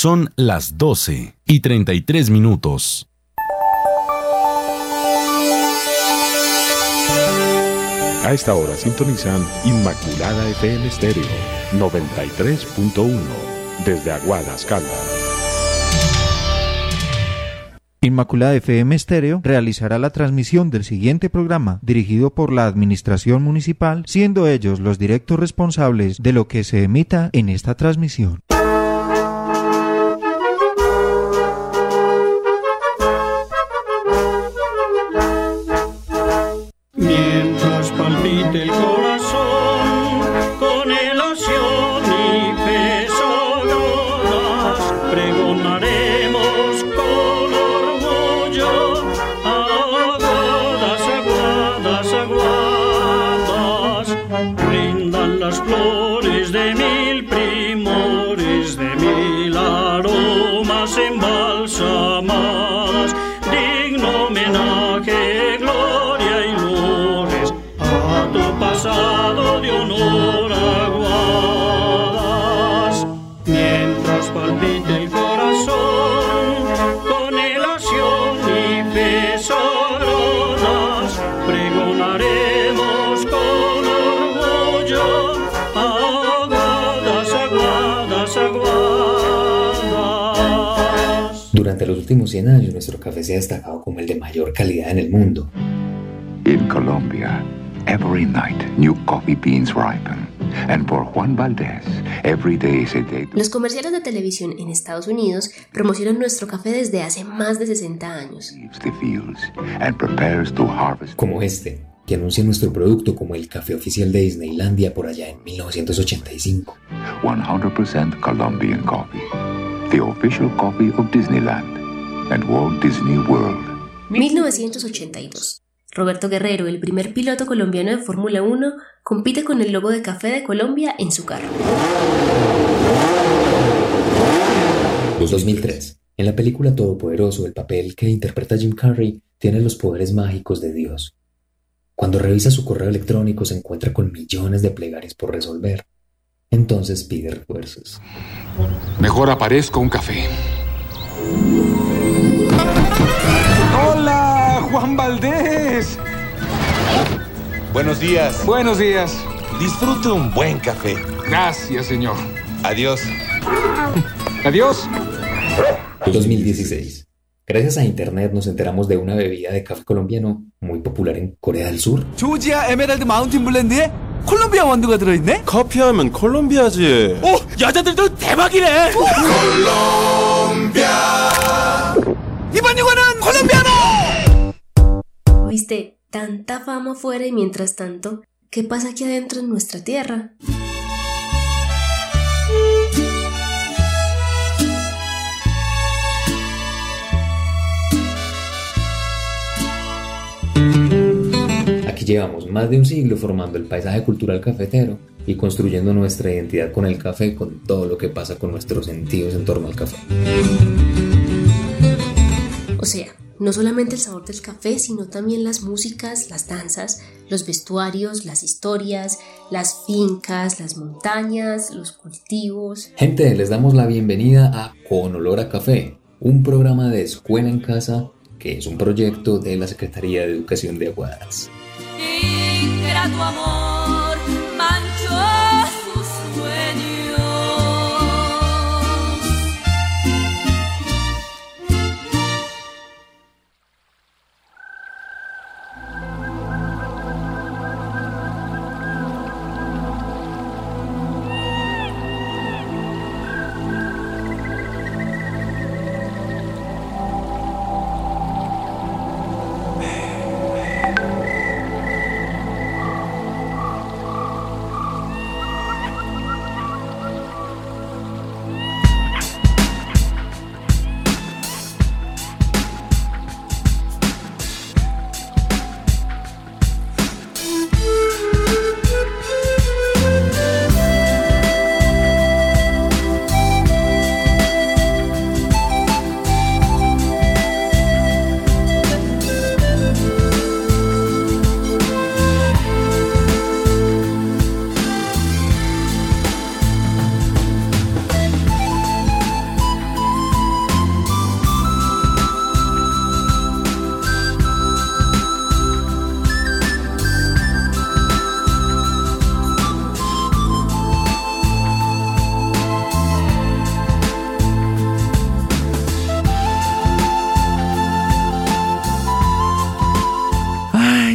Son las 12:33. A esta hora sintonizan Inmaculada FM Stereo 93.1 desde Aguadas, Caldas. Inmaculada FM Stereo realizará la transmisión del siguiente programa dirigido por la Administración Municipal, siendo ellos los directos responsables de lo que se emita en esta transmisión. Mientras palpite el corazón con ilusión y fe sagradas, pregonaremos con orgullo aguadas, aguadas, aguadas. Brindan las flores de mil primores, de mil aromas embalsamadas, digno homenaje, gloria y lores a tu pasado de honor, Aguadas. Mientras palpite el corazón con elación y fe sagradas, pregonaremos con orgullo Aguadas, Aguadas, Aguadas. Durante los últimos 100 años, nuestro café se ha destacado como el de mayor calidad en el mundo. In Colombia, every night new coffee beans ripen. And for Juan Valdez, every day is a day. Los comerciales de televisión en Estados Unidos promocionan nuestro café desde hace más de 60 años. The fields and prepares to harvest. Como este, que anuncia nuestro producto como el café oficial de Disneylandia por allá en 1985. 100% Colombian coffee. The official coffee of Disneyland and Walt Disney World. 1982. Roberto Guerrero, el primer piloto colombiano de Fórmula 1, compite con el logo de Café de Colombia en su carro. 2003. En la película Todopoderoso, el papel que interpreta Jim Carrey tiene los poderes mágicos de Dios. Cuando revisa su correo electrónico se encuentra con millones de plegarias por resolver. Entonces pide refuerzos. Mejor aparezco un café. ¡Hola, Juan Valdez! Buenos días. Buenos días. Disfrute un buen café. Gracias, señor. Adiós. Adiós. 2016. Gracias a internet nos enteramos de una bebida de café colombiano muy popular en Corea del Sur. 조지아 에메랄드 마운틴 블렌드에 콜롬비아 원두가 들어있네? 커피하면 콜롬비아지. 오! 여자들도 대박이네! 콜롬비아! 이번 유관은 콜롬비아노! ¿Viste? Tanta fama afuera y mientras tanto, ¿qué pasa aquí adentro en nuestra tierra? Aquí llevamos más de un siglo formando el paisaje cultural cafetero y construyendo nuestra identidad con el café, con todo lo que pasa con nuestros sentidos en torno al café. O sea, no solamente el sabor del café, sino también las músicas, las danzas, los vestuarios, las historias, las fincas, las montañas, los cultivos. Gente, les damos la bienvenida a Con Olor a Café, un programa de Escuela en Casa que es un proyecto de la Secretaría de Educación de Aguadas. Ingrato amor manchó sus sueños.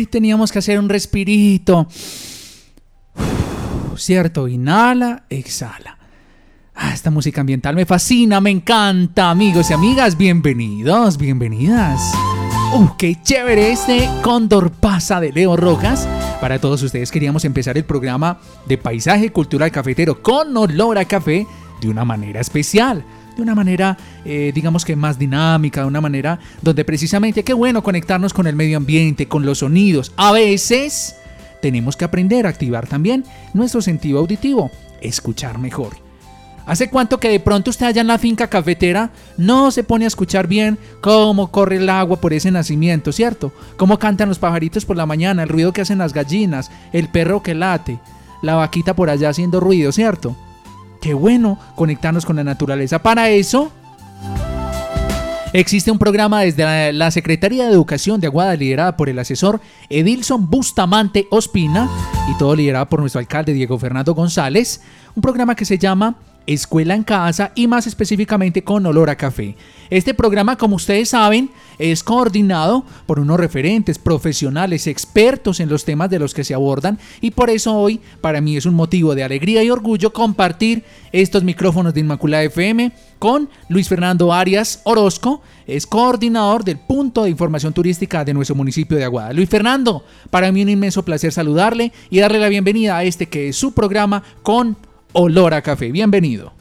teníamos que hacer un respirito. Cierto, inhala, exhala. Esta música ambiental me fascina, me encanta, amigos y amigas, bienvenidos, bienvenidas. Qué chévere este Cóndor pasa de Leo Rojas. Para todos ustedes queríamos empezar el programa de Paisaje Cultural Cafetero con olor a café de una manera especial, de una manera, digamos que más dinámica, de una manera donde precisamente qué bueno conectarnos con el medio ambiente, con los sonidos. A veces tenemos que aprender a activar también nuestro sentido auditivo, escuchar mejor. ¿Hace cuánto que de pronto usted allá en la finca cafetera no se pone a escuchar bien cómo corre el agua por ese nacimiento, cierto? Cómo cantan los pajaritos por la mañana, el ruido que hacen las gallinas, el perro que late, la vaquita por allá haciendo ruido, ¿cierto? Qué bueno conectarnos con la naturaleza. Para eso existe un programa desde la Secretaría de Educación de Aguada, liderada por el asesor Edilson Bustamante Ospina y todo liderado por nuestro alcalde Diego Fernando González. Un programa que se llama Escuela en Casa y más específicamente con olor a café. Este programa, como ustedes saben, es coordinado por unos referentes profesionales, expertos en los temas de los que se abordan, y por eso hoy para mí es un motivo de alegría y orgullo compartir estos micrófonos de Inmaculada FM con Luis Fernando Arias Orozco, es coordinador del punto de información turística de nuestro municipio de Aguada. Luis Fernando, para mí un inmenso placer saludarle y darle la bienvenida a este que es su programa con olor a café. Bienvenido.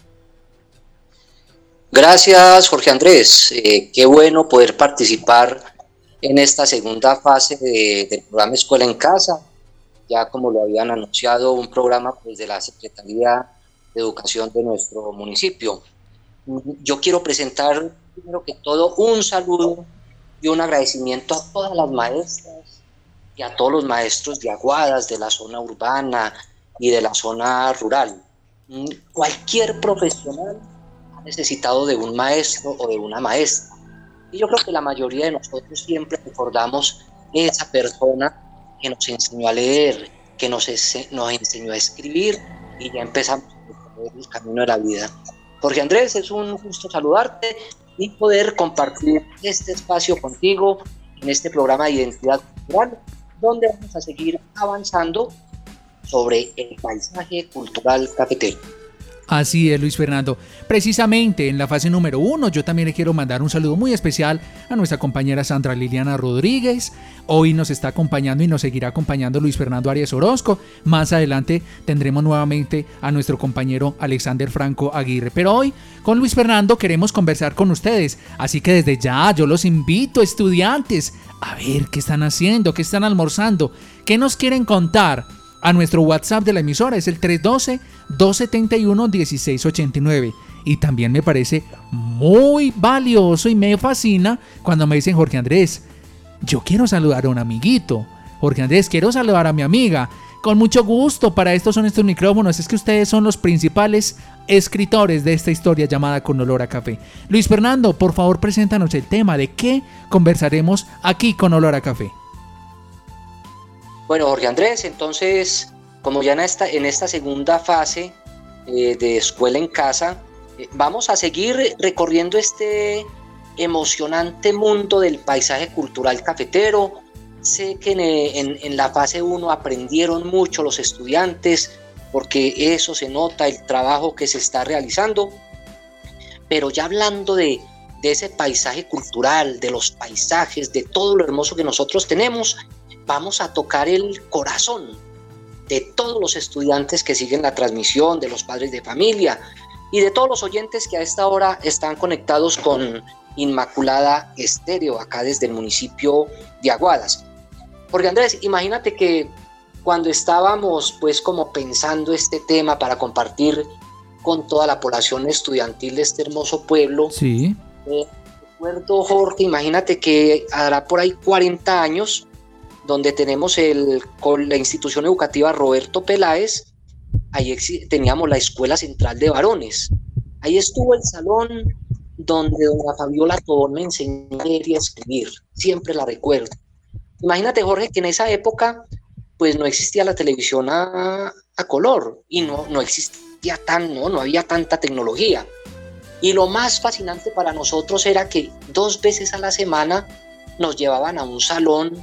Gracias, Jorge Andrés. Qué bueno poder participar en esta segunda fase del programa Escuela en Casa. Ya como lo habían anunciado, un programa pues, de la Secretaría de Educación de nuestro municipio. Yo quiero presentar, primero que todo, un saludo y un agradecimiento a todas las maestras y a todos los maestros de Aguadas, de la zona urbana y de la zona rural. Cualquier profesional ha necesitado de un maestro o de una maestra. Y yo creo que la mayoría de nosotros siempre recordamos esa persona que nos enseñó a leer, que nos enseñó a escribir y ya empezamos el camino de la vida. Jorge Andrés, es un gusto saludarte y poder compartir este espacio contigo en este programa de Identidad Cultural, donde vamos a seguir avanzando sobre el paisaje cultural cafetero. Así es, Luis Fernando. Precisamente en la fase número 1, yo también le quiero mandar un saludo muy especial a nuestra compañera Sandra Liliana Rodríguez. Hoy nos está acompañando y nos seguirá acompañando Luis Fernando Arias Orozco. Más adelante tendremos nuevamente a nuestro compañero Alexander Franco Aguirre. Pero hoy con Luis Fernando queremos conversar con ustedes. Así que desde ya yo los invito, estudiantes, a ver qué están haciendo, qué están almorzando, qué nos quieren contar. A nuestro WhatsApp de la emisora es el 312-271-1689. Y también me parece muy valioso y me fascina cuando me dicen: Jorge Andrés, yo quiero saludar a un amiguito. Jorge Andrés, quiero saludar a mi amiga. Con mucho gusto, para esto son estos micrófonos. Es que ustedes son los principales escritores de esta historia llamada Con Olor a Café. Luis Fernando, por favor, preséntanos el tema de qué conversaremos aquí con Olor a Café. Bueno, Jorge Andrés, entonces, como ya en esta segunda fase de Escuela en Casa, vamos a seguir recorriendo este emocionante mundo del paisaje cultural cafetero. Sé que en la fase 1 aprendieron mucho los estudiantes, porque eso se nota, el trabajo que se está realizando. Pero ya hablando de ese paisaje cultural, de los paisajes, de todo lo hermoso que nosotros tenemos, vamos a tocar el corazón de todos los estudiantes que siguen la transmisión, de los padres de familia y de todos los oyentes que a esta hora están conectados con Inmaculada Estéreo, acá desde el municipio de Aguadas. Porque Andrés, imagínate que cuando estábamos pues como pensando este tema para compartir con toda la población estudiantil de este hermoso pueblo, sí. Recuerdo, Jorge, imagínate que hará por ahí 40 años, donde tenemos con la institución educativa Roberto Peláez, ahí teníamos la Escuela Central de Varones. Ahí estuvo el salón donde doña Fabiola Tobón me enseñó a leer y a escribir, siempre la recuerdo. Imagínate, Jorge, que en esa época pues no existía la televisión a color y no existía no había tanta tecnología. Y lo más fascinante para nosotros era que 2 veces a la semana nos llevaban a un salón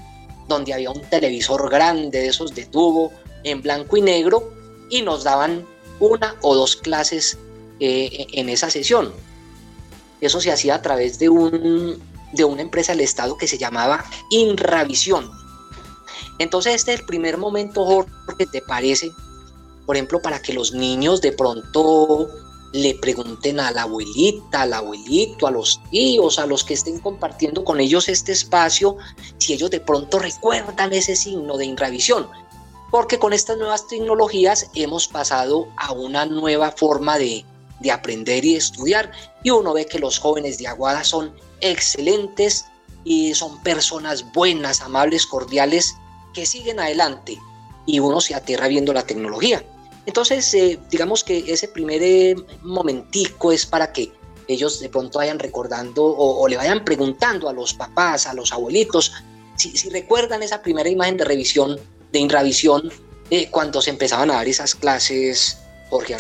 donde había un televisor grande de esos de tubo en blanco y negro y nos daban 1 o 2 clases en esa sesión. Eso se hacía a través de una empresa del Estado que se llamaba Inravisión. Entonces este es el primer momento, Jorge, ¿te parece? Por ejemplo, para que los niños de pronto le pregunten a la abuelita, al abuelito, a los tíos, a los que estén compartiendo con ellos este espacio, si ellos de pronto recuerdan ese signo de Inravisión. Porque con estas nuevas tecnologías hemos pasado a una nueva forma de aprender y estudiar, y uno ve que los jóvenes de Aguada son excelentes y son personas buenas, amables, cordiales, que siguen adelante, y uno se aterra viendo la tecnología. Entonces, digamos que ese primer momentico es para que ellos de pronto vayan recordando o le vayan preguntando a los papás, a los abuelitos, si recuerdan esa primera imagen de revisión, de Inravisión, cuando se empezaban a dar esas clases, Jorge.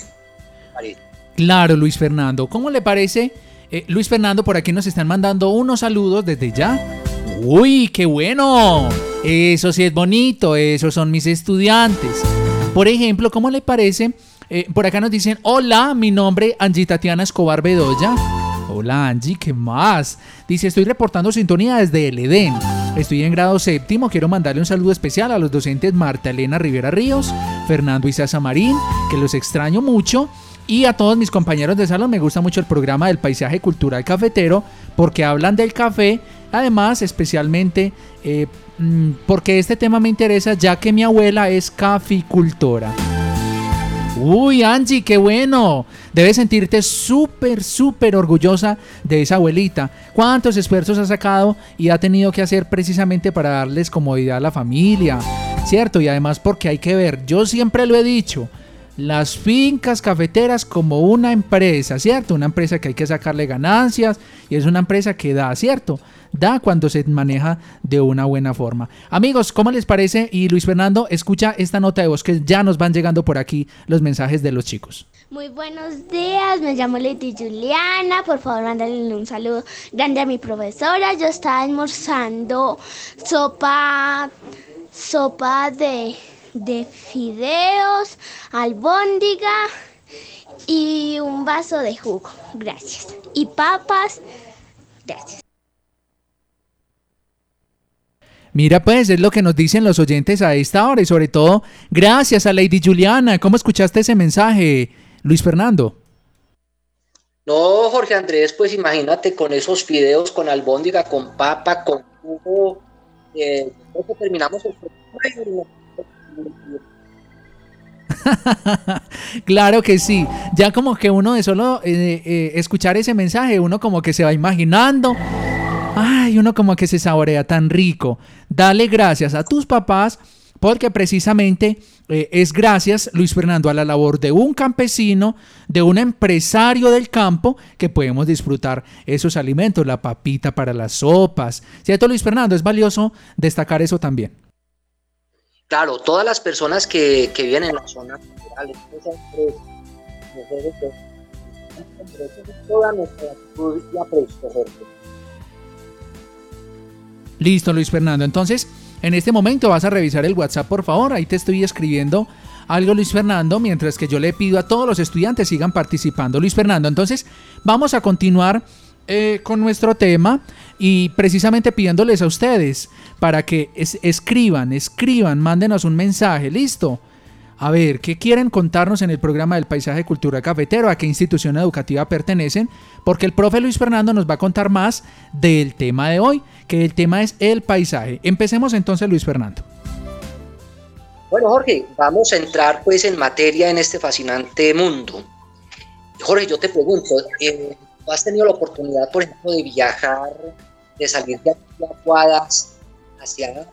Claro, Luis Fernando. ¿Cómo le parece? Luis Fernando, por aquí nos están mandando unos saludos desde ya. ¡Uy, qué bueno! Eso sí es bonito, esos son mis estudiantes. Por ejemplo, ¿cómo le parece? Por acá nos dicen, hola, mi nombre es Angie Tatiana Escobar Bedoya. Hola Angie, ¿qué más? Dice, estoy reportando sintonía desde el Edén. Estoy en grado 7º, quiero mandarle un saludo especial a los docentes Marta Elena Rivera Ríos, Fernando Isaza Marín, que los extraño mucho. Y a todos mis compañeros de salón, me gusta mucho el programa del paisaje cultural cafetero porque hablan del café, además especialmente porque este tema me interesa ya que mi abuela es caficultora. Uy, Angie, qué bueno. Debes sentirte súper orgullosa de esa abuelita. ¿Cuántos esfuerzos ha sacado y ha tenido que hacer precisamente para darles comodidad a la familia? ¿Cierto? Y además porque hay que ver, yo siempre lo he dicho, las fincas cafeteras como una empresa, ¿cierto? Una empresa que hay que sacarle ganancias y es una empresa que da, ¿cierto? Da cuando se maneja de una buena forma. Amigos, ¿cómo les parece? Y Luis Fernando, escucha esta nota de voz que ya nos van llegando por aquí los mensajes de los chicos. Muy buenos días, me llamo Lady Juliana, por favor mándale un saludo grande a mi profesora. Yo estaba almorzando sopa de fideos, albóndiga y un vaso de jugo, gracias. Y papas, gracias. Mira, pues es lo que nos dicen los oyentes a esta hora y sobre todo gracias a Lady Juliana. ¿Cómo escuchaste ese mensaje, Luis Fernando? No, Jorge Andrés, pues imagínate con esos fideos, con albóndiga, con papa, con jugo, creo que terminamos el programa. Claro que sí, ya como que uno de solo escuchar ese mensaje, uno como que se va imaginando, ay, uno como que se saborea tan rico. Dale gracias a tus papás porque precisamente es gracias, Luis Fernando, a la labor de un campesino, de un empresario del campo, que podemos disfrutar esos alimentos, la papita para las sopas, ¿cierto, Luis Fernando? Es valioso destacar eso también. Claro, todas las personas que viven en la zona rural, toda nuestra actitud y aprecio, Jorge. Listo, Luis Fernando. Entonces, en este momento vas a revisar el WhatsApp, por favor. Ahí te estoy escribiendo algo, Luis Fernando, mientras que yo le pido a todos los estudiantes sigan participando. Luis Fernando, entonces vamos a continuar con nuestro tema y precisamente pidiéndoles a ustedes para que escriban, mándenos un mensaje, ¿listo? A ver, ¿qué quieren contarnos en el programa del paisaje cultural cafetero? ¿A qué institución educativa pertenecen? Porque el profe Luis Fernando nos va a contar más del tema de hoy, que el tema es el paisaje. Empecemos entonces, Luis Fernando. Bueno, Jorge, vamos a entrar pues en materia en este fascinante mundo. Jorge, yo te pregunto, ¿tú has tenido la oportunidad, por ejemplo, de viajar, de salir de aquí a Aguadas hacia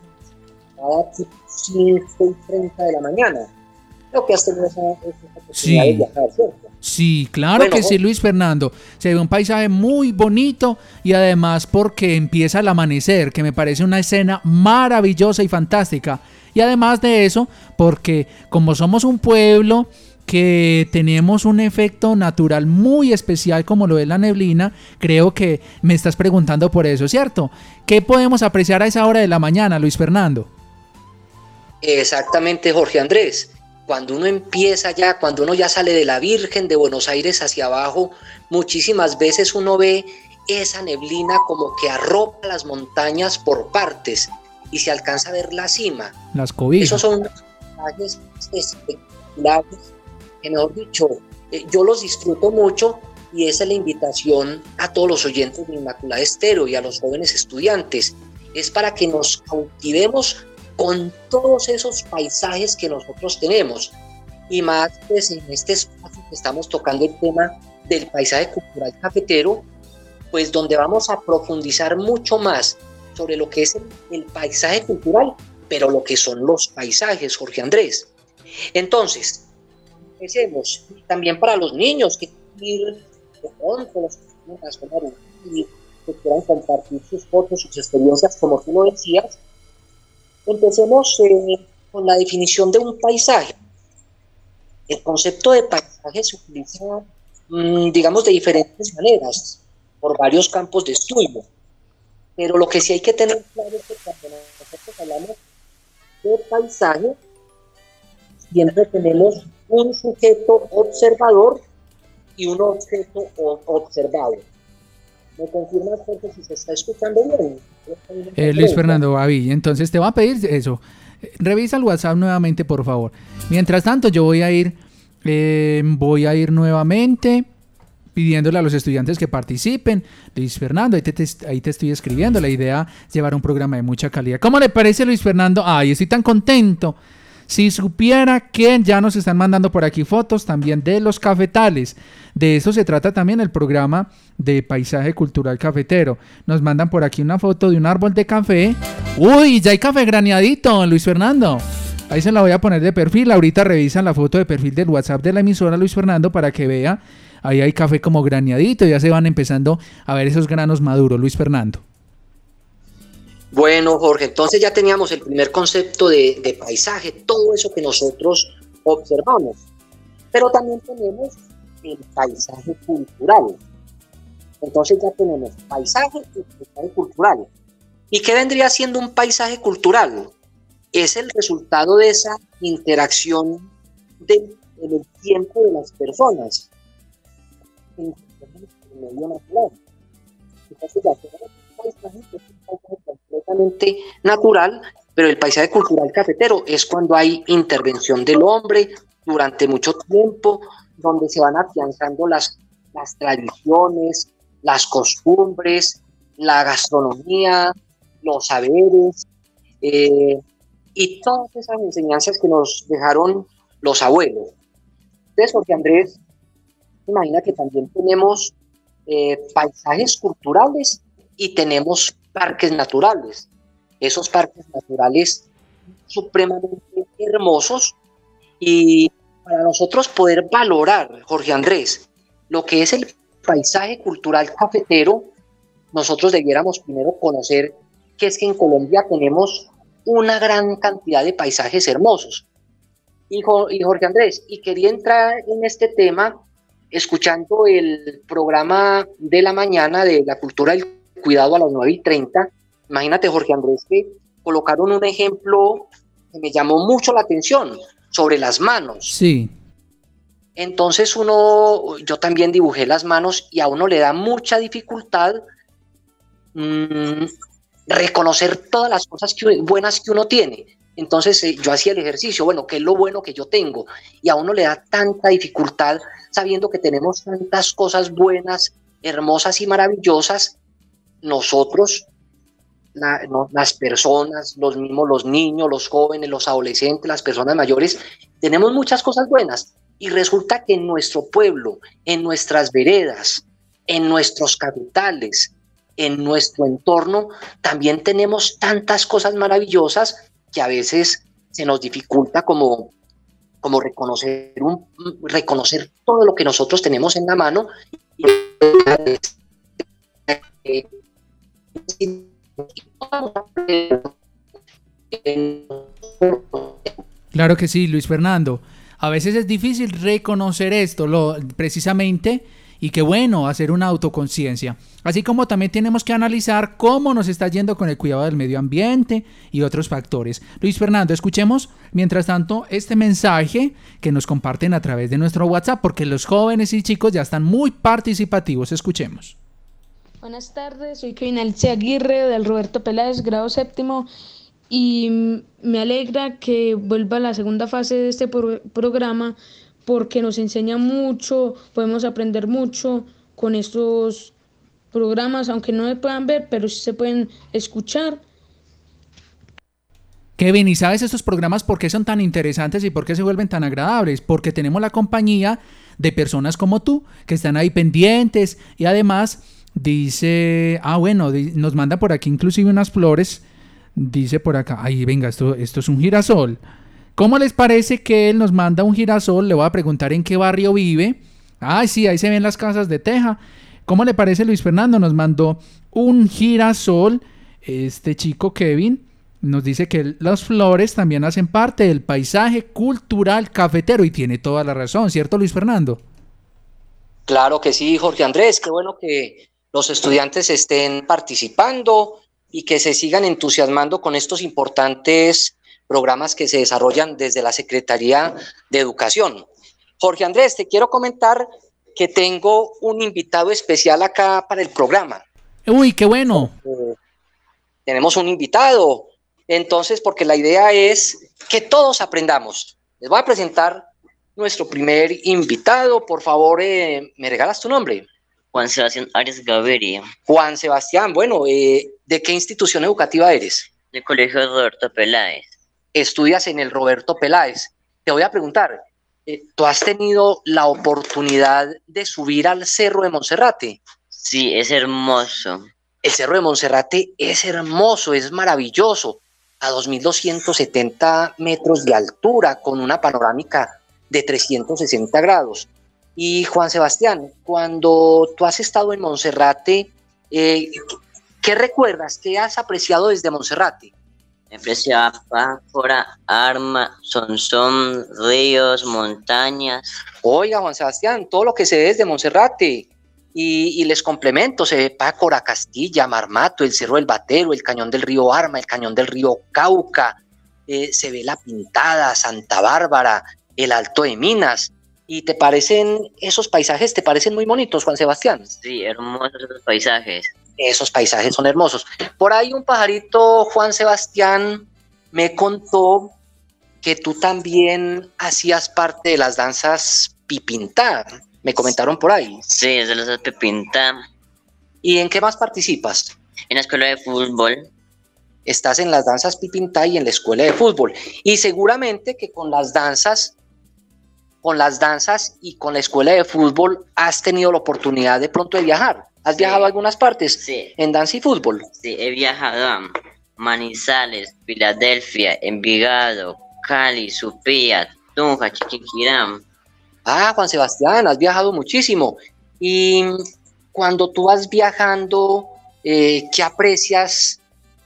5:30 de la mañana? Creo que has tenido esa oportunidad de viajar, ¿cierto? Sí, claro que sí, Luis Fernando. Se ve un paisaje muy bonito y además porque empieza el amanecer, que me parece una escena maravillosa y fantástica. Y además de eso, porque como somos un pueblo que tenemos un efecto natural muy especial como lo es la neblina. Creo que me estás preguntando por eso, ¿cierto? ¿Qué podemos apreciar a esa hora de la mañana, Luis Fernando? Exactamente, Jorge Andrés. Cuando uno ya sale de la Virgen de Buenos Aires hacia abajo, muchísimas veces uno ve esa neblina como que arropa las montañas por partes y se alcanza a ver la cima. Las cobijas. Esos son paisajes espectaculares que, mejor dicho, yo los disfruto mucho, y esa es la invitación a todos los oyentes de Inmaculada Estéreo y a los jóvenes estudiantes. Es para que nos cautivemos con todos esos paisajes que nosotros tenemos, y más pues en este espacio que estamos tocando el tema del paisaje cultural cafetero, pues donde vamos a profundizar mucho más sobre lo que es el paisaje cultural, pero lo que son los paisajes, Jorge Andrés. Entonces, empecemos. También para los niños que quieran compartir sus fotos, sus experiencias, como tú lo decías, empecemos con la definición de un paisaje. El concepto de paisaje se utiliza, digamos, de diferentes maneras, por varios campos de estudio. Pero lo que sí hay que tener claro es que cuando nosotros hablamos de paisaje, siempre tenemos un sujeto observador y un objeto observado. ¿Me confirmas, Jorge, si se está escuchando bien? Luis Fernando Baví, entonces te voy a pedir eso. Revisa el WhatsApp nuevamente, por favor. Mientras tanto, yo voy a ir nuevamente pidiéndole a los estudiantes que participen. Luis Fernando, ahí te estoy escribiendo. La idea es llevar un programa de mucha calidad. ¿Cómo le parece, Luis Fernando? Ay, estoy tan contento. Si supiera que ya nos están mandando por aquí fotos también de los cafetales. De eso se trata también el programa de paisaje cultural cafetero. Nos mandan por aquí una foto de un árbol de café. Uy, ya hay café graneadito, Luis Fernando. Ahí se la voy a poner de perfil. Ahorita revisan la foto de perfil del WhatsApp de la emisora, Luis Fernando, para que vea. Ahí hay café como graneadito. Ya se van empezando a ver esos granos maduros, Luis Fernando. Bueno, Jorge, entonces ya teníamos el primer concepto de paisaje, todo eso que nosotros observamos. Pero también tenemos el paisaje cultural. Entonces ya tenemos paisaje y paisaje cultural. ¿Y qué vendría siendo un paisaje cultural? Es el resultado de esa interacción en el tiempo de las personas en el medio natural. Entonces ya tenemos un paisaje que es un paisaje completamente natural, pero el paisaje cultural cafetero es cuando hay intervención del hombre durante mucho tiempo, donde se van afianzando las tradiciones, las costumbres, la gastronomía, los saberes, y todas esas enseñanzas que nos dejaron los abuelos. Entonces, Jorge Andrés, imagina que también tenemos paisajes culturales y tenemos parques naturales. Esos parques naturales supremamente hermosos, y para nosotros poder valorar, Jorge Andrés, lo que es el paisaje cultural cafetero, nosotros debiéramos primero conocer que es que en Colombia tenemos una gran cantidad de paisajes hermosos. Y Jorge Andrés, y quería entrar en este tema escuchando el programa de la mañana de la cultura del cuidado a las 9:30. Imagínate, Jorge Andrés, que colocaron un ejemplo que me llamó mucho la atención sobre las manos. Sí. Entonces yo también dibujé las manos, y a uno le da mucha dificultad reconocer todas las cosas buenas que uno tiene. Entonces yo hacía el ejercicio, bueno, ¿qué es lo bueno que yo tengo? Y a uno le da tanta dificultad sabiendo que tenemos tantas cosas buenas, hermosas y maravillosas. Nosotros, las personas, los niños, los jóvenes, los adolescentes, las personas mayores, tenemos muchas cosas buenas, y resulta que en nuestro pueblo, en nuestras veredas, en nuestros capitales, en nuestro entorno, también tenemos tantas cosas maravillosas que a veces se nos dificulta como reconocer todo lo que nosotros tenemos en la mano. Claro que sí, Luis Fernando. A veces es difícil reconocer esto, precisamente, y qué bueno, hacer una autoconciencia. Así como también tenemos que analizar cómo nos está yendo con el cuidado del medio ambiente y otros factores. Luis Fernando, escuchemos, mientras tanto, este mensaje que nos comparten a través de nuestro WhatsApp, porque los jóvenes y chicos ya están muy participativos. Escuchemos. Buenas tardes, soy Kevin Alce Aguirre del Roberto Peláez, grado séptimo, y me alegra que vuelva la segunda fase de este programa porque nos enseña mucho, podemos aprender mucho con estos programas, aunque no se puedan ver, pero sí se pueden escuchar. Kevin, ¿y sabes estos programas por qué son tan interesantes y por qué se vuelven tan agradables? Porque tenemos la compañía de personas como tú, que están ahí pendientes, y además dice, nos manda por aquí inclusive unas flores, dice por acá, venga, esto es un girasol. ¿Cómo les parece que él nos manda un girasol? Le voy a preguntar en qué barrio vive. Sí, ahí se ven las casas de teja. ¿Cómo le parece, Luis Fernando? Nos mandó un girasol. Este chico Kevin nos dice que las flores también hacen parte del paisaje cultural cafetero, y tiene toda la razón, ¿cierto, Luis Fernando? Claro que sí, Jorge Andrés, qué bueno que los estudiantes estén participando y que se sigan entusiasmando con estos importantes programas que se desarrollan desde la Secretaría de Educación. Jorge Andrés, te quiero comentar que tengo un invitado especial acá para el programa. ¡Uy, qué bueno! Tenemos un invitado, entonces, porque la idea es que todos aprendamos. Les voy a presentar nuestro primer invitado. Por favor, ¿me regalas tu nombre? Juan Sebastián Arias Gaviria. Juan Sebastián, bueno, ¿de qué institución educativa eres? Del Colegio Roberto Peláez. Estudias en el Roberto Peláez. Te voy a preguntar, ¿tú has tenido la oportunidad de subir al Cerro de Monserrate? Sí, es hermoso. El Cerro de Monserrate es hermoso, es maravilloso, a 2.270 metros de altura, con una panorámica de 360 grados. Y Juan Sebastián, cuando tú has estado en Monserrate, ¿qué recuerdas? ¿Qué has apreciado desde Monserrate? Apreciaba Páfora, Arma, Sonsón, ríos, montañas. Oiga, Juan Sebastián, todo lo que se ve desde Monserrate. Y les complemento, se ve Pácora, Castilla, Marmato, el Cerro del Batero, el Cañón del río Arma, el Cañón del río Cauca, se ve La Pintada, Santa Bárbara, el Alto de Minas. ¿Y te parecen esos paisajes, te parecen muy bonitos, Juan Sebastián? Sí, hermosos esos paisajes. Esos paisajes son hermosos. Por ahí un pajarito, Juan Sebastián, me contó que tú también hacías parte de las danzas Pipintá. Me comentaron por ahí. Sí, es de las Pipintá. ¿Y en qué más participas? En la escuela de fútbol. Estás en las danzas Pipintá y en la escuela de fútbol. Y seguramente que con las danzas y con la escuela de fútbol has tenido la oportunidad de pronto de viajar. ¿Has viajado a algunas partes? Sí. ¿En danza y fútbol? Sí, he viajado a Manizales, Filadelfia, Envigado, Cali, Supía, Tunja, Chiquinquirá. Juan Sebastián, has viajado muchísimo. Y cuando tú vas viajando, ¿qué aprecias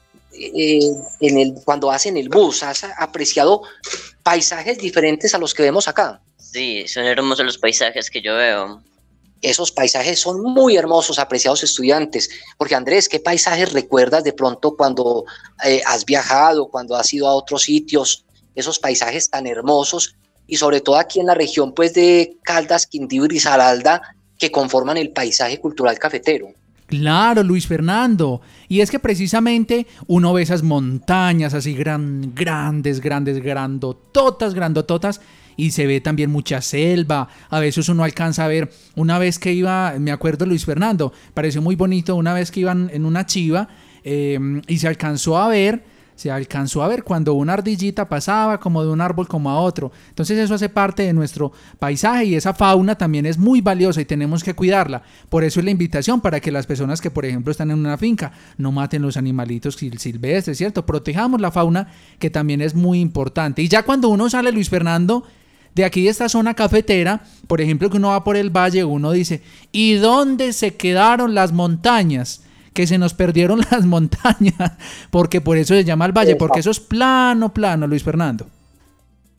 cuando vas en el bus? ¿Has apreciado paisajes diferentes a los que vemos acá? Sí, son hermosos los paisajes que yo veo. Esos paisajes son muy hermosos, apreciados estudiantes. Porque Andrés, ¿qué paisajes recuerdas de pronto cuando has viajado, cuando has ido a otros sitios? Esos paisajes tan hermosos, y sobre todo aquí en la región pues de Caldas, Quindío y Risaralda, que conforman el paisaje cultural cafetero. Claro, Luis Fernando. Y es que precisamente uno ve esas montañas así grandes, grandototas, y se ve también mucha selva. A veces uno alcanza a ver, una vez que iba, me acuerdo, Luis Fernando, pareció muy bonito, una vez que iban en una chiva y se alcanzó a ver cuando una ardillita pasaba como de un árbol como a otro. Entonces eso hace parte de nuestro paisaje, y esa fauna también es muy valiosa y tenemos que cuidarla. Por eso es la invitación para que las personas que, por ejemplo, están en una finca, no maten los animalitos silvestres, ¿cierto? Protejamos la fauna, que también es muy importante. Y ya cuando uno sale, Luis Fernando, de aquí de esta zona cafetera, por ejemplo, que uno va por el valle, uno dice, ¿y dónde se quedaron las montañas? Que se nos perdieron las montañas, porque por eso se llama el valle, porque eso es plano, Luis Fernando.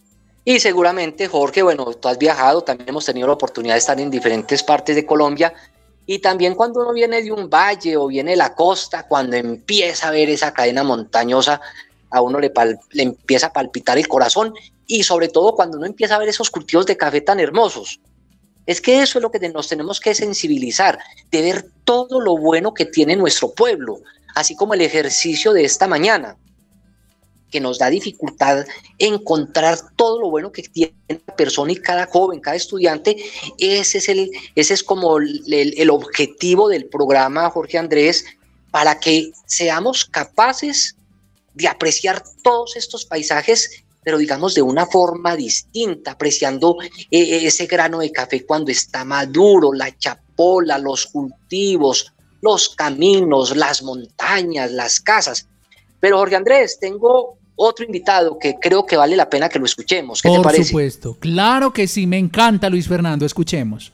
Y seguramente, Jorge, bueno, tú has viajado, también hemos tenido la oportunidad de estar en diferentes partes de Colombia, y también cuando uno viene de un valle o viene de la costa, cuando empieza a ver esa cadena montañosa, a uno le empieza a palpitar el corazón, y sobre todo cuando uno empieza a ver esos cultivos de café tan hermosos. Es que eso es lo que nos tenemos que sensibilizar, de ver todo lo bueno que tiene nuestro pueblo, así como el ejercicio de esta mañana, que nos da dificultad encontrar todo lo bueno que tiene la persona y cada joven, cada estudiante. Ese es como el objetivo del programa, Jorge Andrés, para que seamos capaces de apreciar todos estos paisajes, pero digamos de una forma distinta, apreciando ese grano de café cuando está maduro, la chapola, los cultivos, los caminos, las montañas, las casas. Pero Jorge Andrés, tengo otro invitado que creo que vale la pena que lo escuchemos. ¿Qué te parece? Por supuesto, claro que sí, me encanta, Luis Fernando, escuchemos.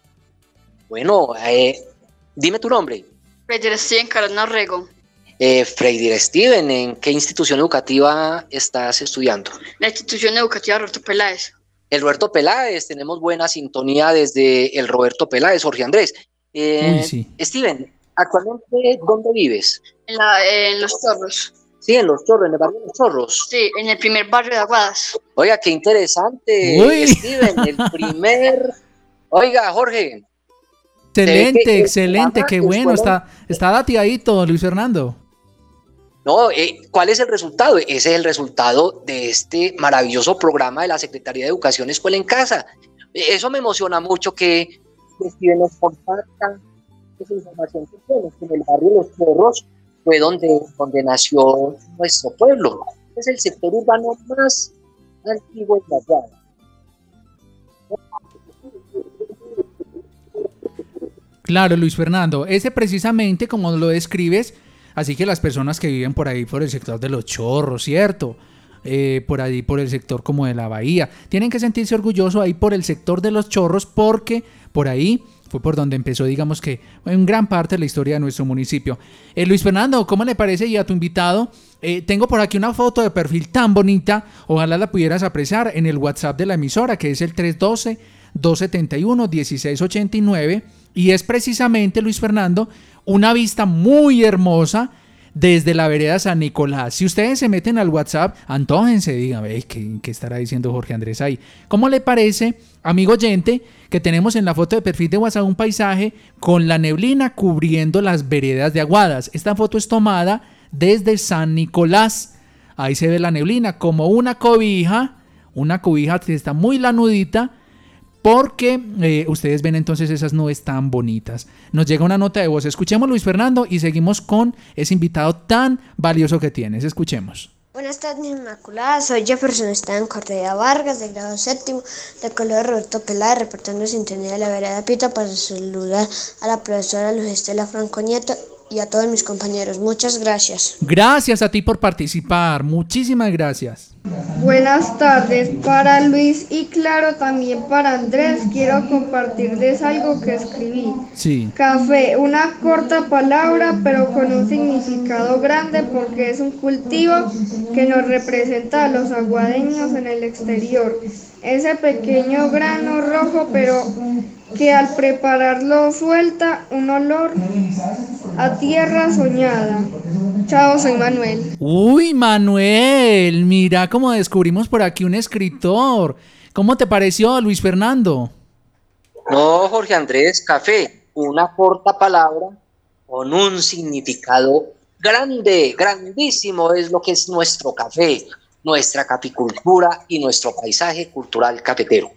Bueno, dime tu nombre. Freidir Steven Carona Rego. Freidir Steven, ¿en qué institución educativa estás estudiando? La institución educativa Roberto Peláez. El Roberto Peláez, tenemos buena sintonía desde el Roberto Peláez, Jorge Andrés. Sí. Steven, ¿actualmente dónde vives? En Los Chorros. Sí, en Los Chorros, en el barrio de Los Chorros. Sí, en el primer barrio de Aguadas. Oiga, qué interesante, Steven, el primer... Oiga, Jorge. Excelente, qué bueno, está dateadito, Luis Fernando. No, ¿cuál es el resultado? Ese es el resultado de este maravilloso programa de la Secretaría de Educación Escuela en Casa. Eso me emociona mucho que Steven nos comparta esa información que tenemos, que en el barrio de Los Chorros fue donde nació nuestro pueblo. Es el sector urbano más antiguo de la ciudad. Claro, Luis Fernando, ese precisamente como lo describes, así que las personas que viven por ahí, por el sector de Los Chorros, ¿cierto? Por ahí, por el sector como de la Bahía, tienen que sentirse orgullosos ahí por el sector de Los Chorros, porque por ahí fue por donde empezó, digamos que en gran parte de la historia de nuestro municipio. Luis Fernando, ¿cómo le parece? Y a tu invitado, tengo por aquí una foto de perfil tan bonita, ojalá la pudieras apreciar en el WhatsApp de la emisora, que es el 312-271-1689, y es precisamente, Luis Fernando, una vista muy hermosa desde la vereda San Nicolás. Si ustedes se meten al WhatsApp, antójense, díganme, ¿qué estará diciendo Jorge Andrés ahí? ¿Cómo le parece, amigo oyente, que tenemos en la foto de perfil de WhatsApp un paisaje con la neblina cubriendo las veredas de Aguadas? Esta foto es tomada desde San Nicolás. Ahí se ve la neblina como una cobija que está muy lanudita, porque ustedes ven entonces esas nubes tan bonitas. Nos llega una nota de voz. Escuchemos, Luis Fernando, y seguimos con ese invitado tan valioso que tienes. Escuchemos. Buenas tardes, Inmaculada. Soy Jefferson Esteban Correa Vargas, de grado séptimo, del colegio Roberto Peláez, reportando sintonía de la vereda Pita para saludar a la profesora Luz Estela Franco Nieto y a todos mis compañeros. Muchas gracias. Gracias a ti por participar. Muchísimas gracias. Buenas tardes para Luis y claro también para Andrés. Quiero compartirles algo que escribí. Sí. Café, una corta palabra pero con un significado grande porque es un cultivo que nos representa a los aguadeños en el exterior. Ese pequeño grano rojo pero que al prepararlo suelta un olor a tierra soñada. Chao, soy Manuel. Uy, Manuel, mira cómo descubrimos por aquí un escritor. ¿Cómo te pareció, Luis Fernando? No, Jorge Andrés, café, una corta palabra con un significado grande, grandísimo, es lo que es nuestro café, nuestra caficultura y nuestro paisaje cultural cafetero.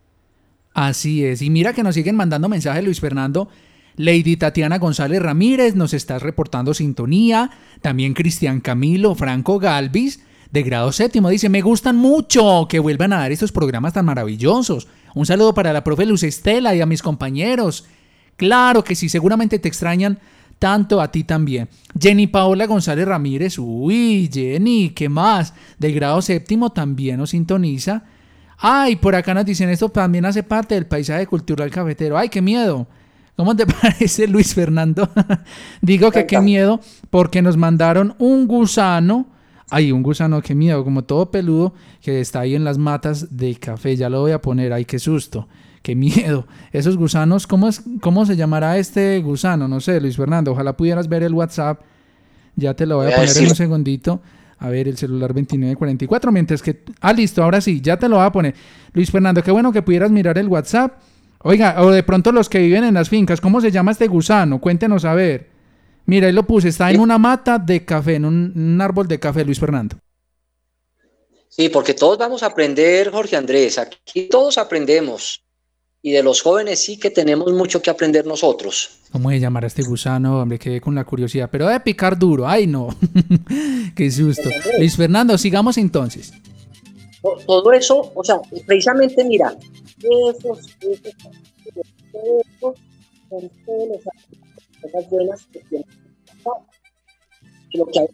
Así es, y mira que nos siguen mandando mensajes, Luis Fernando. Lady Tatiana González Ramírez nos está reportando sintonía. También Cristian Camilo Franco Galvis, de grado séptimo, dice: me gustan mucho que vuelvan a dar estos programas tan maravillosos. Un saludo para la profe Luz Estela y a mis compañeros. Claro que sí, seguramente te extrañan tanto a ti también. Jenny Paola González Ramírez, uy, Jenny, ¿qué más? Del grado séptimo también nos sintoniza. Ay, por acá nos dicen, esto también hace parte del paisaje cultural cafetero. Ay, qué miedo. ¿Cómo te parece, Luis Fernando? Digo que qué miedo, porque nos mandaron un gusano Ay, un gusano, qué miedo, como todo peludo que está ahí en las matas de café. Ya lo voy a poner, ay, qué susto, qué miedo. Esos gusanos, ¿cómo se llamará este gusano? No sé, Luis Fernando, ojalá pudieras ver el WhatsApp. Ya te lo voy a poner en un segundito. A ver, el celular 2944, mientras que... Ah, listo, ahora sí, ya te lo voy a poner. Luis Fernando, qué bueno que pudieras mirar el WhatsApp. Oiga, o de pronto los que viven en las fincas, ¿cómo se llama este gusano? Cuéntenos a ver. Mira, ahí lo puse, está en una mata de café, en un árbol de café, Luis Fernando. Sí, porque todos vamos a aprender, Jorge Andrés, aquí todos aprendemos. Y de los jóvenes sí que tenemos mucho que aprender nosotros. ¿Cómo se llamará este gusano? Hombre, quedé con la curiosidad. Pero debe picar duro. ¡Ay, no! ¡Qué susto! Luis Fernando, sigamos entonces. Todo eso, o sea, precisamente mira, esos son todas las cosas buenas que tienen lo que hay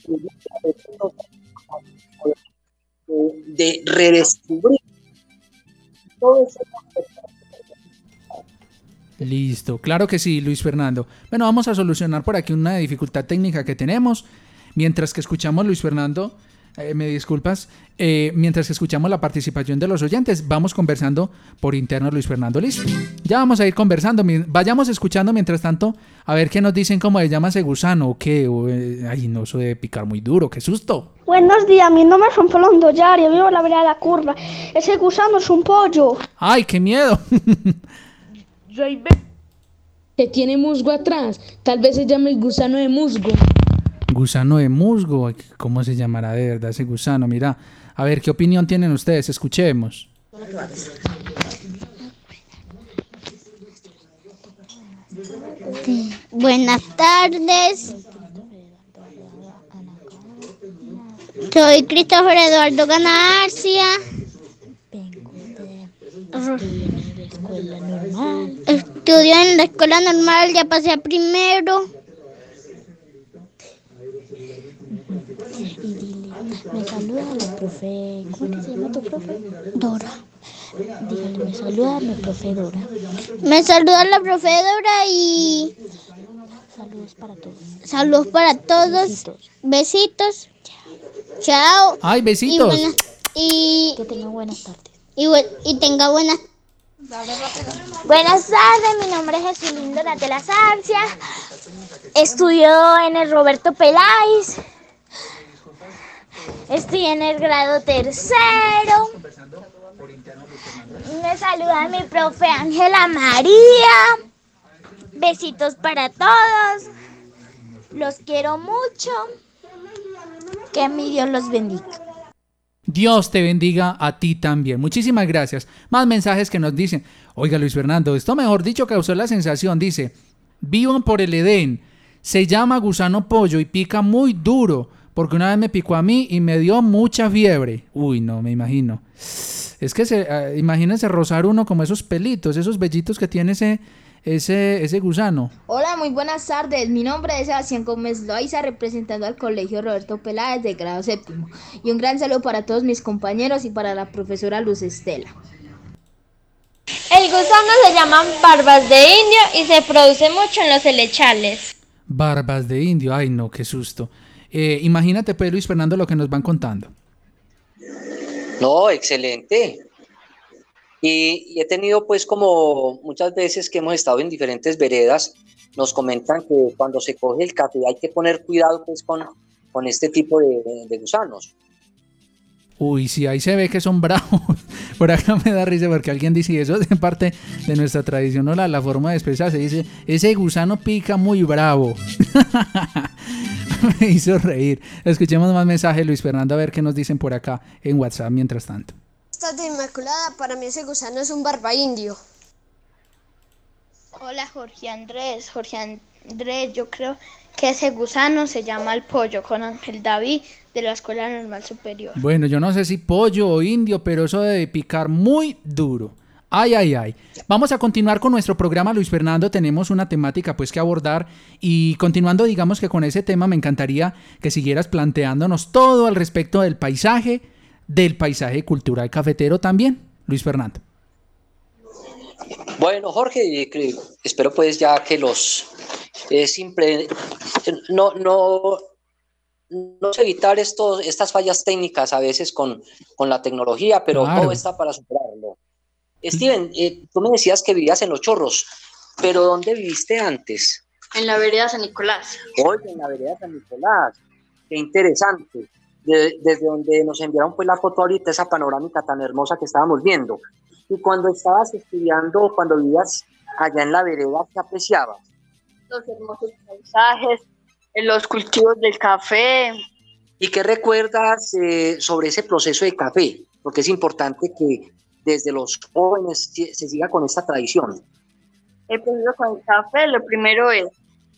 de redescubrir todo eso. Listo, claro que sí, Luis Fernando. Bueno, vamos a solucionar por aquí una dificultad técnica que tenemos. Mientras que escuchamos, Luis Fernando, me disculpas, mientras que escuchamos la participación de los oyentes, vamos conversando por interno, Luis Fernando, ¿listo? Ya vamos a ir conversando, vayamos escuchando mientras tanto, a ver qué nos dicen, cómo se llama ese gusano, o qué, ay, no, eso debe picar muy duro, qué susto. Buenos días, mi nombre es Juan Pablo Yario, vivo en la vereda de la curva. Ese gusano es un pollo. Ay, qué miedo. Que tiene musgo atrás, tal vez se llame el gusano de musgo. Gusano de musgo, ¿cómo se llamará de verdad ese gusano? Mira, a ver, ¿qué opinión tienen ustedes? Escuchemos. Sí. Buenas tardes. Soy Cristófer Eduardo Ganarcia. Estudio en la escuela normal, ya pasé a primero. Y dile, me saluda la profe, ¿cómo se llama tu profe? Dora. Dígale, me saluda mi profe Dora. Me saluda la profe Dora y... Saludos para todos. Saludos para todos. Besitos. Chao. Ay, besitos. Y que tenga buenas tardes. Y tenga buenas tardes, mi nombre es Jesulindo Natela Sarcia. Estudio en el Roberto Peláez. Estoy en el grado 3º. Me saluda mi profe Ángela María. Besitos para todos. Los quiero mucho. Que mi Dios los bendiga. Dios te bendiga a ti también. Muchísimas gracias. Más mensajes que nos dicen. Oiga, Luis Fernando, esto mejor dicho causó la sensación. Dice, vivan por el Edén. Se llama gusano pollo y pica muy duro. Porque una vez me picó a mí y me dio mucha fiebre. Uy, no, me imagino. Es que imagínense rozar uno como esos pelitos, esos vellitos que tiene ese gusano. Hola, muy buenas tardes. Mi nombre es Sebastián Gómez Loaiza, representando al Colegio Roberto Peláez de grado 7º. Y un gran saludo para todos mis compañeros y para la profesora Luz Estela. El gusano se llaman barbas de indio y se produce mucho en los helechales. Barbas de indio, ay no, qué susto. Imagínate pues, Luis Fernando, lo que nos van contando. No, excelente. Y he tenido pues como muchas veces que hemos estado en diferentes veredas, nos comentan que cuando se coge el café hay que poner cuidado pues con este tipo de gusanos. Uy, sí, ahí se ve que son bravos. Por acá me da risa porque alguien dice, eso es parte de nuestra tradición, ¿no? La forma de expresarse. Dice, ese gusano pica muy bravo. Me hizo reír. Escuchemos más mensajes, Luis Fernando, a ver qué nos dicen por acá en WhatsApp mientras tanto. Esta de Inmaculada, para mí ese gusano es un barba indio. Hola, Jorge Andrés, yo creo que ese gusano se llama el pollo, con Ángel David de la Escuela Normal Superior. Bueno, yo no sé si pollo o indio, pero eso debe picar muy duro. Ay, ay, ay. Vamos a continuar con nuestro programa, Luis Fernando. Tenemos una temática pues que abordar y continuando, digamos que con ese tema me encantaría que siguieras planteándonos todo al respecto del paisaje cultural cafetero también, Luis Fernando. Bueno, Jorge, espero pues ya que los no no sé evitar estas fallas técnicas a veces con la tecnología, pero Claro. todo está para superarlo. Steven, tú me decías que vivías en Los Chorros, pero ¿dónde viviste antes? En la vereda San Nicolás. Oye, en la vereda San Nicolás. Qué interesante. Desde donde nos enviaron pues la foto ahorita, esa panorámica tan hermosa que estábamos viendo. Y cuando estabas estudiando, cuando vivías allá en la vereda, ¿qué apreciabas? Los hermosos paisajes, los cultivos del café. ¿Y qué recuerdas sobre ese proceso de café? Porque es importante que desde los jóvenes se siga con esta tradición. El proceso con el café, lo primero es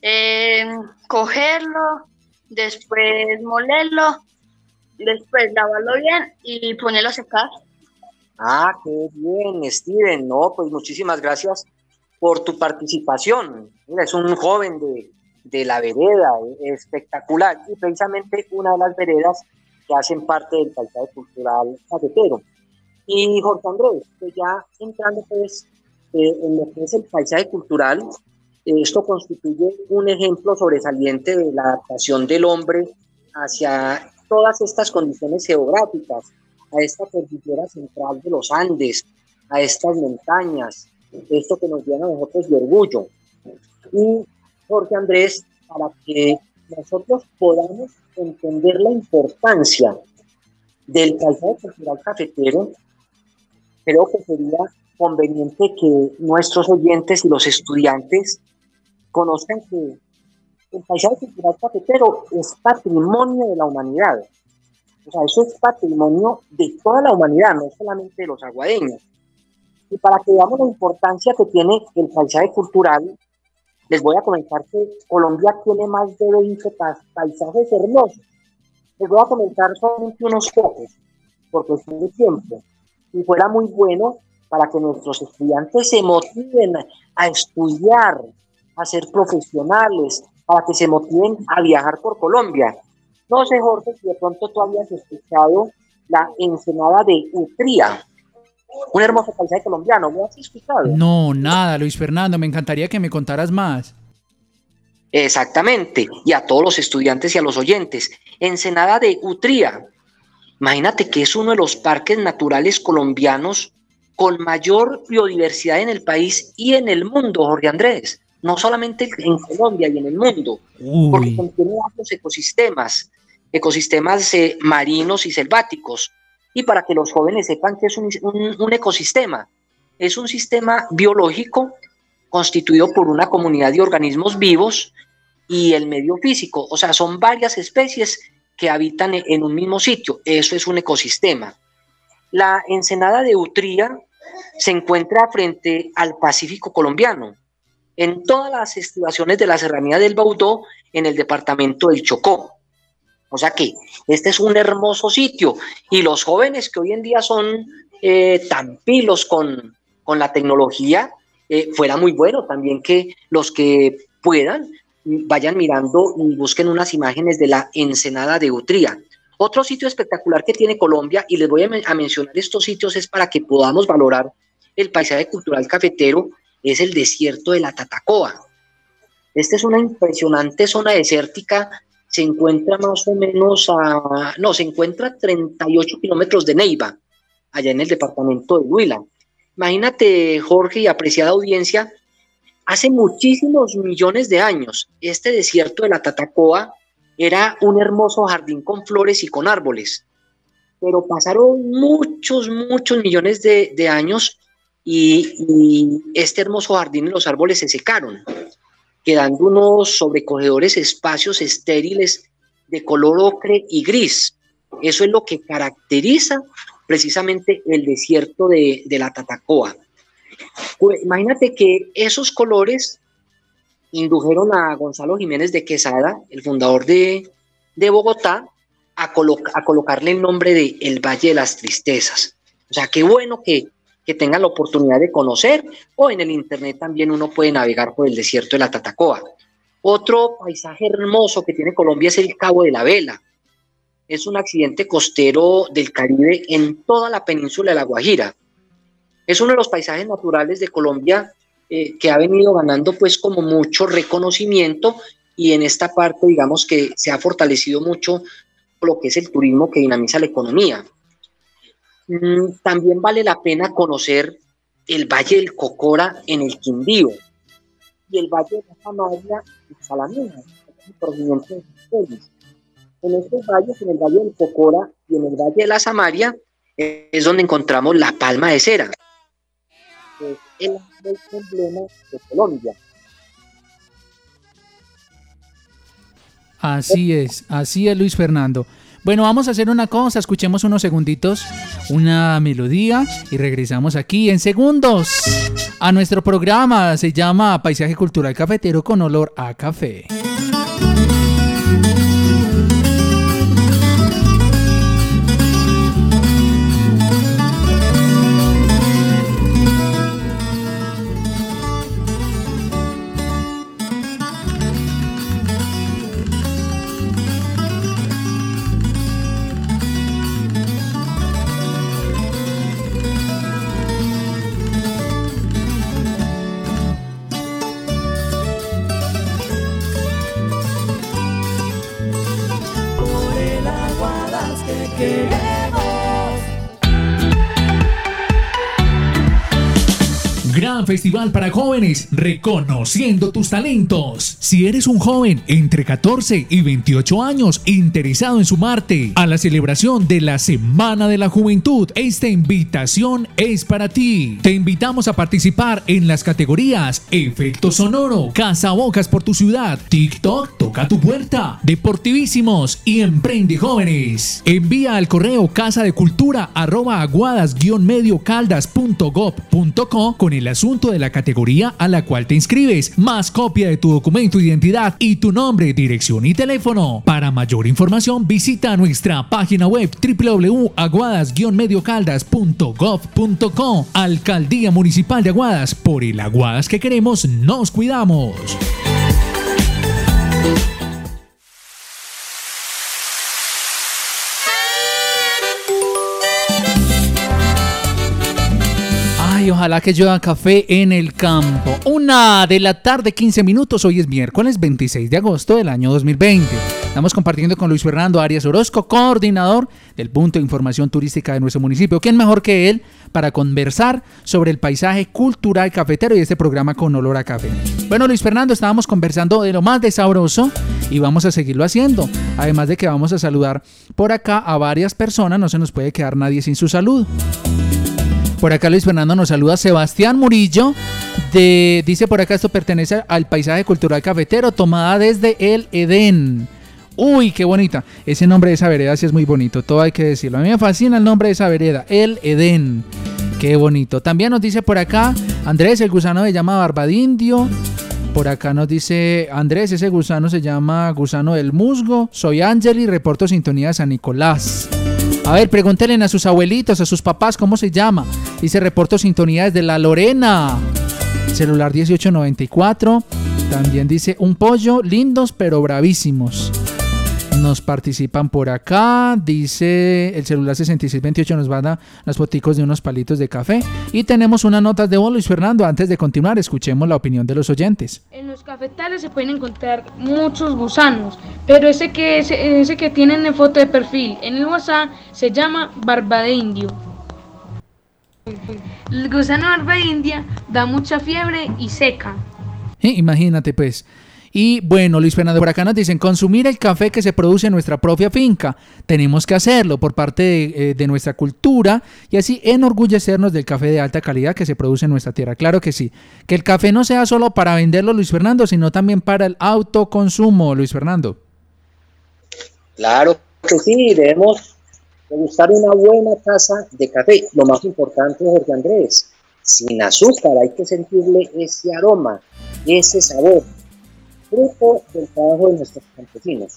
cogerlo, después molerlo, después lavarlo bien y ponerlo a secar. Ah, qué bien, Steven. No, pues muchísimas gracias por tu participación. Mira, es un joven de la vereda, espectacular, y precisamente una de las veredas que hacen parte del paisaje cultural cafetero. Y Jorge Andrés, pues ya entrando pues en lo que es el paisaje cultural, esto constituye un ejemplo sobresaliente de la adaptación del hombre hacia todas estas condiciones geográficas, a esta cordillera central de los Andes, a estas montañas, esto que nos llena a nosotros de orgullo. Y Jorge Andrés, para que nosotros podamos entender la importancia del paisaje cultural cafetero, creo que sería conveniente que nuestros oyentes y los estudiantes conozcan que el paisaje cultural cafetero es patrimonio de la humanidad. O sea, eso es patrimonio de toda la humanidad, no solamente de los aguadeños. Y para que veamos la importancia que tiene el paisaje cultural, les voy a comentar que Colombia tiene más de 20 paisajes hermosos. Les voy a comentar solamente unos pocos, porque es muy tiempo. Y fuera muy bueno para que nuestros estudiantes se motiven a estudiar, a ser profesionales, para que se motiven a viajar por Colombia. No sé, Jorge, si de pronto tú habías escuchado la ensenada de Utría, un hermoso paisaje colombiano. ¿Lo has escuchado? No, nada, Luis Fernando, me encantaría que me contaras más. Exactamente, y a todos los estudiantes y a los oyentes. Ensenada de Utría. Imagínate que es uno de los parques naturales colombianos con mayor biodiversidad en el país y en el mundo, Jorge Andrés. No solamente en Colombia y en el mundo, porque contiene varios ecosistemas marinos y selváticos. Y para que los jóvenes sepan que es un ecosistema, es un sistema biológico constituido por una comunidad de organismos vivos y el medio físico. O sea, son varias especies que habitan en un mismo sitio. Eso es un ecosistema. La ensenada de Utría se encuentra frente al Pacífico colombiano, en todas las estribaciones de la serranía del Baudó, en el departamento del Chocó. O sea que este es un hermoso sitio, y los jóvenes que hoy en día son tan pilos con la tecnología, fuera muy bueno también que los que puedan vayan mirando y busquen unas imágenes de la ensenada de Utría. Otro sitio espectacular que tiene Colombia, y les voy a mencionar estos sitios es para que podamos valorar el paisaje cultural cafetero, es el desierto de la Tatacoa. Esta es una impresionante zona desértica, se encuentra más o menos se encuentra a 38 kilómetros de Neiva, allá en el departamento de Huila. Imagínate, Jorge y apreciada audiencia, hace muchísimos millones de años, este desierto de la Tatacoa era un hermoso jardín con flores y con árboles, pero pasaron muchos millones de años y este hermoso jardín y los árboles se secaron, quedando unos sobrecogedores espacios estériles de color ocre y gris. Eso es lo que caracteriza precisamente el desierto de la Tatacoa. Pues, imagínate que esos colores indujeron a Gonzalo Jiménez de Quesada, el fundador de Bogotá, a colocarle el nombre de el Valle de las Tristezas. O sea, qué bueno que tengan la oportunidad de conocer, o en el internet también uno puede navegar por el desierto de la Tatacoa. Otro paisaje hermoso que tiene Colombia es el Cabo de la Vela. Es un accidente costero del Caribe en toda la península de La Guajira. Es uno de los paisajes naturales de Colombia que ha venido ganando pues como mucho reconocimiento, y en esta parte, digamos que se ha fortalecido mucho lo que es el turismo que dinamiza la economía. También vale la pena conocer el Valle del Cocora en el Quindío y el Valle de la Samaria en Salamina, el corregimiento de Félix. En estos valles, en el Valle del Cocora y en el Valle de la Samaria, es donde encontramos la palma de cera, que es el emblema de Colombia. Así es Luis Fernando. Bueno, vamos a hacer una cosa, escuchemos unos segunditos, una melodía y regresamos aquí en segundos a nuestro programa. Se llama Paisaje Cultural Cafetero con olor a café. Gran festival para jóvenes, reconociendo tus talentos. Si eres un joven entre 14 y 28 años interesado en sumarte a la celebración de la Semana de la Juventud, esta invitación es para ti. Te invitamos a participar en las categorías Efecto Sonoro, Cazabocas por tu ciudad, TikTok toca tu puerta, Deportivísimos y Emprende Jóvenes. Envía al correo casadecultura@aguadas-mediocaldas.gov.co con el asunto de la categoría a la cual te inscribes, más copia de tu documento de identidad y tu nombre, dirección y teléfono. Para mayor información visita nuestra página web www.aguadas-mediocaldas.gov.co. Alcaldía Municipal de Aguadas, por el Aguadas que queremos, nos cuidamos. Y ojalá que llueva café en el campo. 1:00 p.m, 15 minutos. Hoy es miércoles 26 de agosto del año 2020. Estamos compartiendo con Luis Fernando Arias Orozco, coordinador del punto de información turística de nuestro municipio. ¿Quién mejor que él para conversar sobre el paisaje cultural cafetero y este programa con olor a café? Bueno, Luis Fernando, estábamos conversando de lo más de sabroso y vamos a seguirlo haciendo. Además de que vamos a saludar por acá a varias personas, no se nos puede quedar nadie sin su saludo. Por acá Luis Fernando nos saluda Sebastián Murillo, dice por acá: esto pertenece al paisaje cultural cafetero, tomada desde el Edén. Uy, qué bonita, ese nombre de esa vereda sí es muy bonito, todo hay que decirlo. A mí me fascina el nombre de esa vereda, el Edén, qué bonito. También nos dice por acá Andrés: el gusano se llama barbadindio. Por acá nos dice Andrés: ese gusano se llama gusano del musgo. Soy Ángel y reporto sintonía de San Nicolás. A ver, pregúntenle a sus abuelitos, a sus papás, ¿cómo se llama? Dice: reporto sintonía desde La Lorena. Celular 1894. También dice: un pollo, lindos pero bravísimos. Nos participan por acá. Dice el celular 6628, nos van a las foticos de unos palitos de café. Y tenemos unas notas de voz, Luis Fernando. Antes de continuar, escuchemos la opinión de los oyentes. En los cafetales se pueden encontrar muchos gusanos, pero ese que tienen en foto de perfil en el WhatsApp se llama barba de indio. El gusano barba de india da mucha fiebre y seca. Imagínate pues. Y bueno, Luis Fernando, por acá nos dicen: consumir el café que se produce en nuestra propia finca. Tenemos que hacerlo por parte de nuestra cultura y así enorgullecernos del café de alta calidad que se produce en nuestra tierra. Claro que sí. Que el café no sea solo para venderlo, Luis Fernando, sino también para el autoconsumo, Luis Fernando. Claro que sí, debemos degustar una buena taza de café. Lo más importante, Jorge Andrés, sin azúcar, hay que sentirle ese aroma, ese sabor, fruto del trabajo de nuestros campesinos.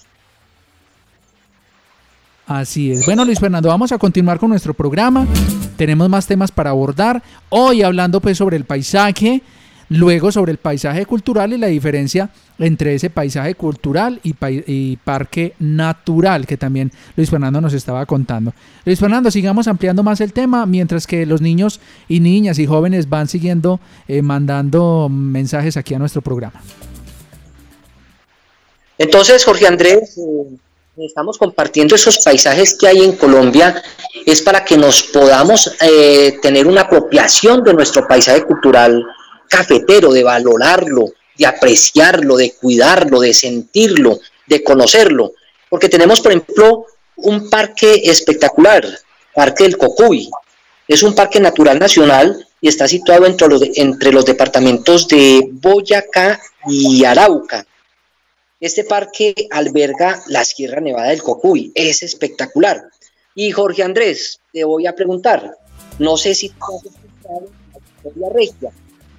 Así es. Bueno, Luis Fernando, vamos a continuar con nuestro programa. Tenemos más temas para abordar. Hoy hablando pues sobre el paisaje, luego sobre el paisaje cultural y la diferencia entre ese paisaje cultural y parque natural, que también Luis Fernando nos estaba contando. Luis Fernando, sigamos ampliando más el tema mientras que los niños y niñas y jóvenes van siguiendo mandando mensajes aquí a nuestro programa. Entonces, Jorge Andrés, estamos compartiendo esos paisajes que hay en Colombia, es para que nos podamos tener una apropiación de nuestro paisaje cultural cafetero, de valorarlo, de apreciarlo, de cuidarlo, de sentirlo, de conocerlo. Porque tenemos, por ejemplo, un parque espectacular, Parque del Cocuy. Es un parque natural nacional y está situado entre los departamentos de Boyacá y Arauca. Este parque alberga la Sierra Nevada del Cocuy, es espectacular. Y Jorge Andrés, te voy a preguntar, no sé si tú has escuchado la Victoria Regia.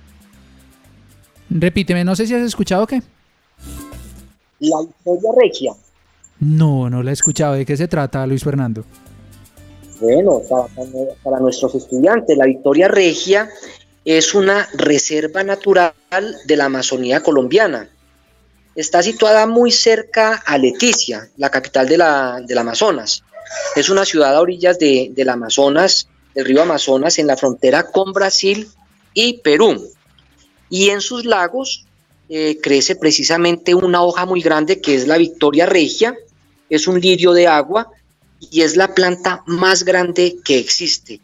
Repíteme, no sé si has escuchado qué. La Victoria Regia. No la he escuchado. ¿De qué se trata, Luis Fernando? Bueno, para nuestros estudiantes, la Victoria Regia es una reserva natural de la Amazonía colombiana. Está situada muy cerca a Leticia, la capital del Amazonas. Es una ciudad a orillas del Amazonas, del río Amazonas, en la frontera con Brasil y Perú. Y en sus lagos crece precisamente una hoja muy grande que es la Victoria Regia. Es un lirio de agua y es la planta más grande que existe.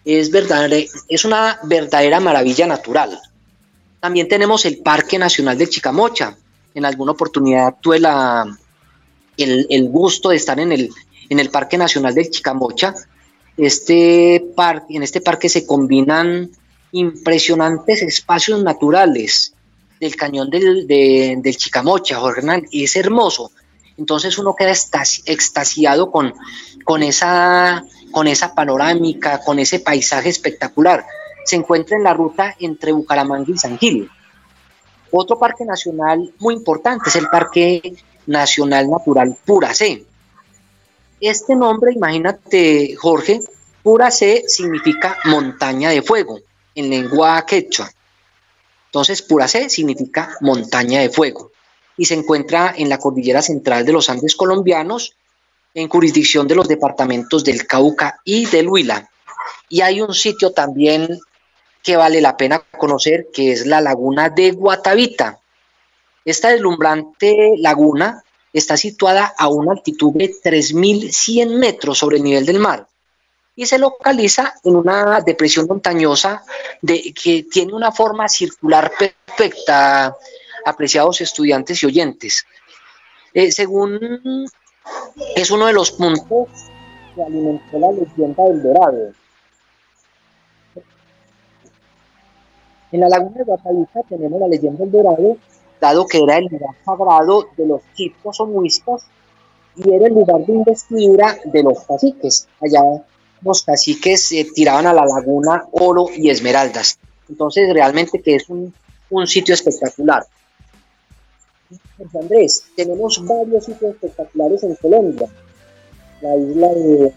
Es una verdadera maravilla natural. También tenemos el Parque Nacional del Chicamocha. En alguna oportunidad tuve el gusto de estar en el Parque Nacional del Chicamocha. En este parque se combinan impresionantes espacios naturales del cañón del Chicamocha, Jorge Hernán, y es hermoso. Entonces uno queda extasiado con esa panorámica, con ese paisaje espectacular. Se encuentra en la ruta entre Bucaramanga y San Gil. Otro parque nacional muy importante es el Parque Nacional Natural Puracé. Este nombre, imagínate, Jorge, Puracé significa montaña de fuego en lengua quechua. Entonces, Puracé significa montaña de fuego y se encuentra en la cordillera central de los Andes colombianos, en jurisdicción de los departamentos del Cauca y del Huila. Y hay un sitio también que vale la pena conocer, que es la laguna de Guatavita. Esta deslumbrante laguna está situada a una altitud de 3.100 metros sobre el nivel del mar y se localiza en una depresión montañosa que tiene una forma circular perfecta, apreciados estudiantes y oyentes. Según es uno de los puntos que alimentó la leyenda del Dorado. En la laguna de Guatavita tenemos la leyenda del Dorado, dado que era el lugar sagrado de los chicos o muiscas y era el lugar de investidura de los caciques. Allá los caciques tiraban a la laguna oro y esmeraldas. Entonces realmente que es un sitio espectacular. José Andrés, tenemos varios sitios espectaculares en Colombia. La isla de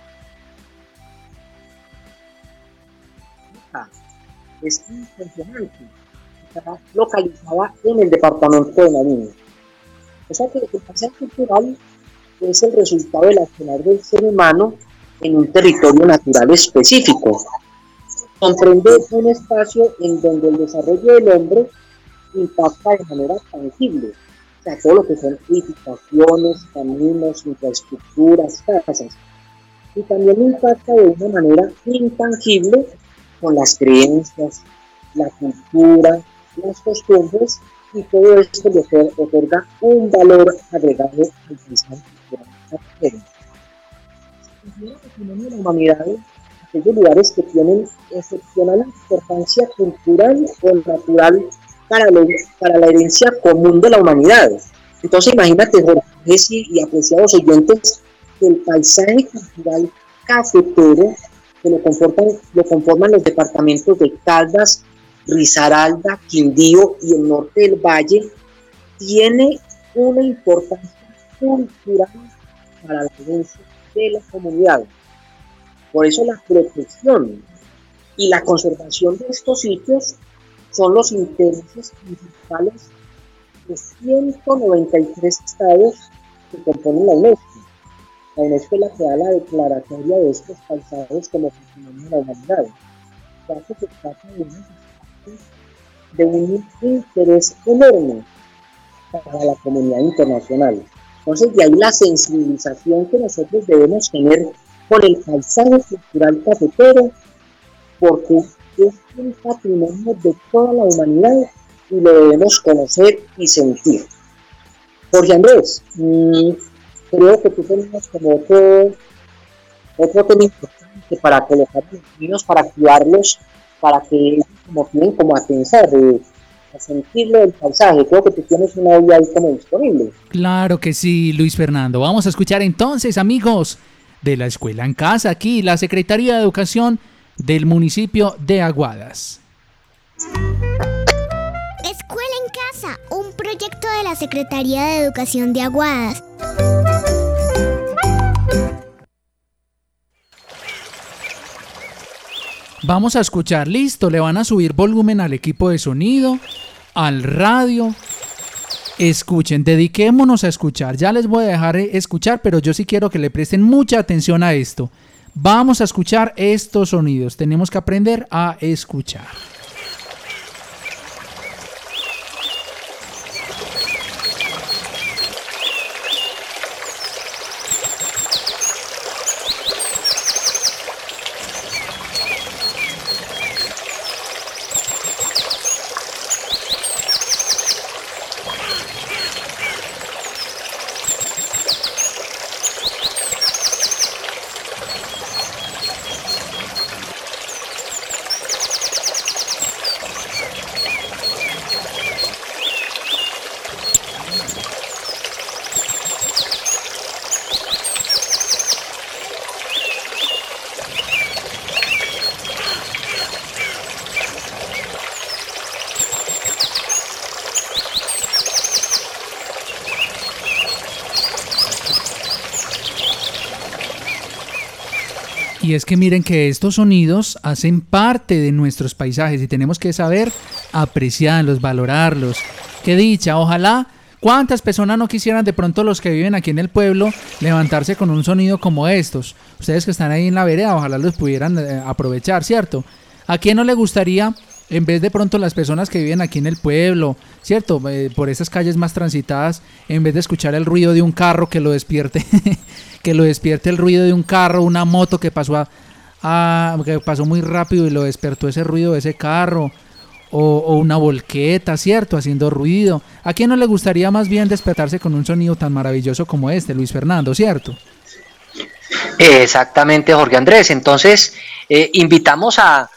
es impresionante. Está localizada en el departamento de Nariño. O sea que el paisaje cultural es el resultado del accionar del ser humano en un territorio natural específico. Comprende un espacio en donde el desarrollo del hombre impacta de manera tangible. O sea, todo lo que son edificaciones, caminos, infraestructuras, casas. Y también impacta de una manera intangible con las creencias, la cultura, las costumbres, y todo esto le otorga un valor agregado al paisaje cultural. La humanidad, aquellos lugares que tienen excepcional importancia cultural o natural para la herencia común de la humanidad. Entonces imagínate, Jorge y apreciados oyentes, que el paisaje cultural cafetero que lo conforman los departamentos de Caldas, Risaralda, Quindío y el norte del Valle, tiene una importancia cultural para la herencia de la comunidad. Por eso la protección y la conservación de estos sitios son los intereses principales de 193 estados que componen la UNESCO. La UNESCO es la que da la declaratoria de estos paisajes como patrimonio de la humanidad, ya que se trata de un interés enorme para la comunidad internacional. Entonces, de ahí la sensibilización que nosotros debemos tener con el paisaje cultural cafetero, porque es un patrimonio de toda la humanidad y lo debemos conocer y sentir. Jorge Andrés, creo que tú tenías como otro tema importante para colocar los niños, para activarlos, para que ellos como tienen como a pensar, a sentirlo del paisaje. Creo que tú tienes una audio ahí como disponible. Claro que sí, Luis Fernando. Vamos a escuchar entonces, amigos, de la Escuela en Casa, aquí la Secretaría de Educación del municipio de Aguadas. Escuela en Casa, un proyecto de la Secretaría de Educación de Aguadas. Vamos a escuchar, listo, le van a subir volumen al equipo de sonido, al radio. Escuchen, dediquémonos a escuchar. Ya les voy a dejar escuchar, pero yo sí quiero que le presten mucha atención a esto. Vamos a escuchar estos sonidos. Tenemos que aprender a escuchar. Y es que miren que estos sonidos hacen parte de nuestros paisajes y tenemos que saber apreciarlos, valorarlos. Qué dicha, ojalá cuántas personas no quisieran de pronto los que viven aquí en el pueblo levantarse con un sonido como estos. Ustedes que están ahí en la vereda, ojalá los pudieran aprovechar, ¿cierto? ¿A quién no le gustaría, en vez de pronto las personas que viven aquí en el pueblo, ¿cierto? Por esas calles más transitadas, en vez de escuchar el ruido de un carro que lo despierte, que lo despierte el ruido de un carro, una moto que pasó que pasó muy rápido y lo despertó ese ruido de ese carro, o una volqueta, ¿cierto? Haciendo ruido. ¿A quién no le gustaría más bien despertarse con un sonido tan maravilloso como este, Luis Fernando, ¿cierto? Exactamente, Jorge Andrés. Entonces, invitamos a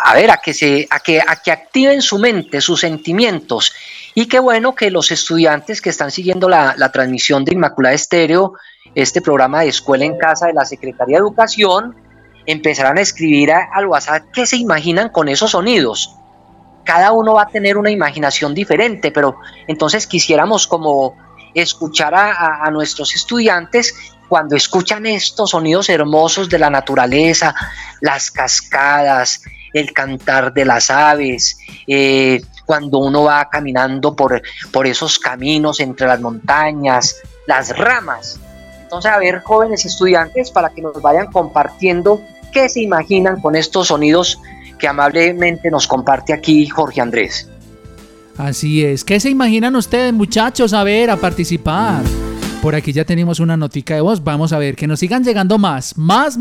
que activen su mente, sus sentimientos. Y qué bueno que los estudiantes que están siguiendo la transmisión de Inmaculada Estéreo, este programa de Escuela en Casa de la Secretaría de Educación, empezarán a escribir al WhatsApp qué se imaginan con esos sonidos. Cada uno va a tener una imaginación diferente, pero entonces quisiéramos como escuchar a nuestros estudiantes cuando escuchan estos sonidos hermosos de la naturaleza, las cascadas, el cantar de las aves, cuando uno va caminando por esos caminos entre las montañas, las ramas. Entonces, a ver, jóvenes estudiantes, para que nos vayan compartiendo qué se imaginan con estos sonidos que amablemente nos comparte aquí Jorge Andrés. Así es. ¿Qué se imaginan ustedes, muchachos? A ver, a participar. Por aquí ya tenemos una notica de voz. Vamos a ver, que nos sigan llegando más.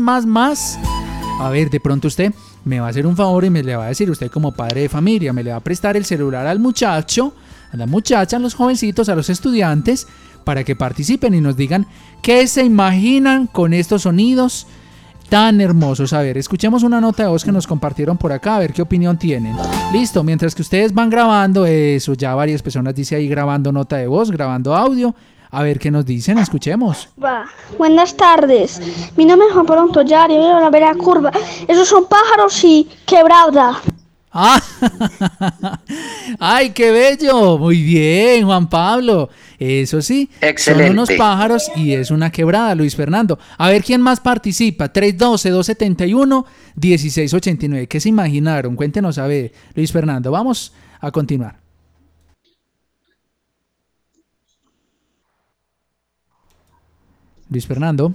A ver, de pronto usted me va a hacer un favor y me le va a decir, usted como padre de familia, me le va a prestar el celular al muchacho, a la muchacha, a los jovencitos, a los estudiantes, para que participen y nos digan qué se imaginan con estos sonidos tan hermosos. A ver, escuchemos una nota de voz que nos compartieron por acá, a ver qué opinión tienen. Listo, mientras que ustedes van grabando eso, ya varias personas dice ahí grabando nota de voz, grabando audio. A ver qué nos dicen, escuchemos. Buenas tardes, mi nombre es Juan Pablo Montoya, yo vivo en la vereda curva. Esos son pájaros y quebrada. ¡Ah! ¡Ay, qué bello! Muy bien, Juan Pablo. Eso sí, excelente. Son unos pájaros y es una quebrada, Luis Fernando. A ver quién más participa. 312-271-1689. ¿Qué se imaginaron? Cuéntenos a ver, Luis Fernando. Vamos a continuar. Luis Fernando.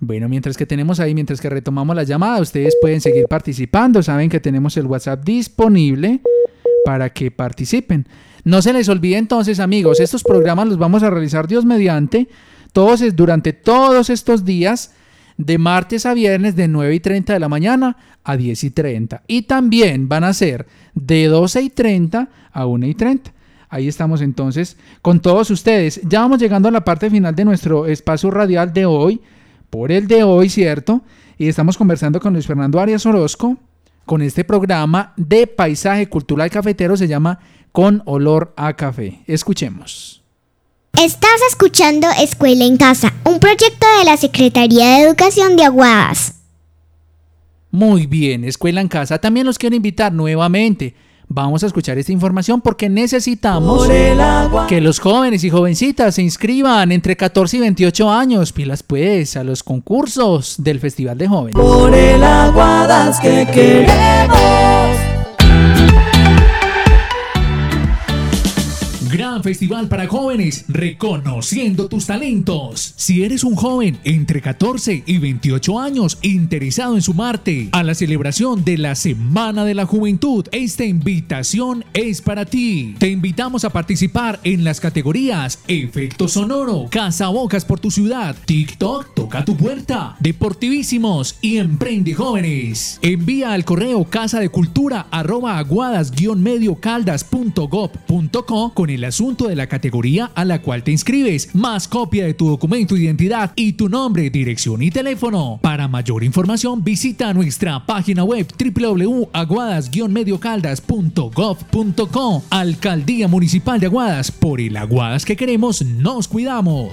Bueno, mientras que retomamos la llamada, ustedes pueden seguir participando. Saben que tenemos el WhatsApp disponible para que participen. No se les olvide entonces, amigos, estos programas los vamos a realizar Dios mediante durante todos estos días, de martes a viernes, de 9:30 de la mañana a 10:30. Y también van a ser de 12:30 a 1:30. Ahí estamos entonces con todos ustedes. Ya vamos llegando a la parte final de nuestro espacio radial de hoy, por el de hoy, ¿cierto? Y estamos conversando con Luis Fernando Arias Orozco con este programa de paisaje cultural cafetero, se llama Con Olor a Café. Escuchemos. Estás escuchando Escuela en Casa, un proyecto de la Secretaría de Educación de Aguadas. Muy bien, Escuela en Casa. También los quiero invitar nuevamente. Vamos a escuchar esta información porque necesitamos que los jóvenes y jovencitas se inscriban entre 14 y 28 años. Pilas pues a los concursos del Festival de Jóvenes. Por el Aguadas que queremos. Gran festival para jóvenes, reconociendo tus talentos. Si eres un joven entre 14 y 28 años interesado en sumarte a la celebración de la Semana de la Juventud, esta invitación es para ti. Te invitamos a participar en las categorías Efecto Sonoro, Cazabocas por tu ciudad, TikTok toca tu puerta, Deportivísimos y Emprende Jóvenes. Envía al correo casadecultura@aguadas-mediocaldas.gov.co con el asunto de la categoría a la cual te inscribes, más copia de tu documento de identidad y tu nombre, dirección y teléfono. Para mayor información visita nuestra página web www.aguadas-mediocaldas.gov.co. Alcaldía Municipal de Aguadas, por el Aguadas que queremos, nos cuidamos.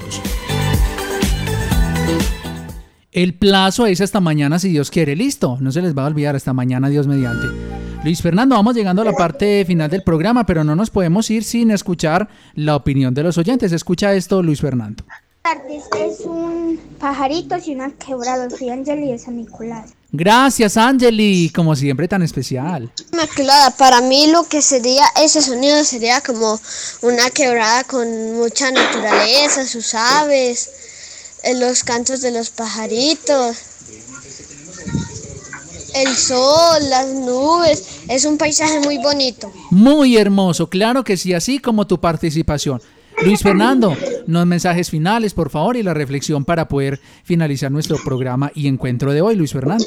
El plazo es hasta mañana si Dios quiere, listo, no se les va a olvidar, hasta mañana Dios mediante. Luis Fernando, vamos llegando a la parte final del programa, pero no nos podemos ir sin escuchar la opinión de los oyentes. Escucha esto, Luis Fernando. Es un pajarito y una quebrada. Soy Angeli de San Nicolás. Gracias, Angeli, como siempre tan especial. Inmaculada, para mí lo que sería ese sonido sería como una quebrada con mucha naturaleza, sus aves, los cantos de los pajaritos. El sol, las nubes, es un paisaje muy bonito. Muy hermoso, claro que sí, así como tu participación. Luis Fernando, unos mensajes finales, por favor, y la reflexión para poder finalizar nuestro programa y encuentro de hoy, Luis Fernando.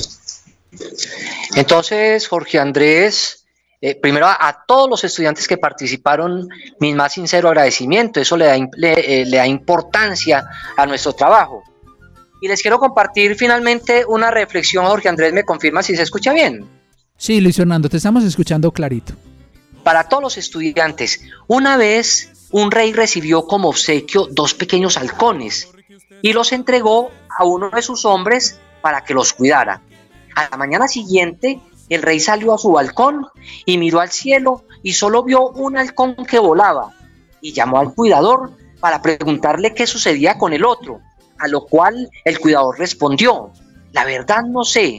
Entonces, Jorge Andrés, primero a todos los estudiantes que participaron, mi más sincero agradecimiento. Eso le da importancia a nuestro trabajo. Y les quiero compartir finalmente una reflexión. Jorge Andrés, ¿me confirma si se escucha bien? Sí, Luis Fernando, te estamos escuchando clarito. Para todos los estudiantes, una vez un rey recibió como obsequio 2 pequeños halcones y los entregó a uno de sus hombres para que los cuidara. A la mañana siguiente, el rey salió a su balcón y miró al cielo y solo vio un halcón que volaba y llamó al cuidador para preguntarle qué sucedía con el otro. A lo cual el cuidador respondió: la verdad no sé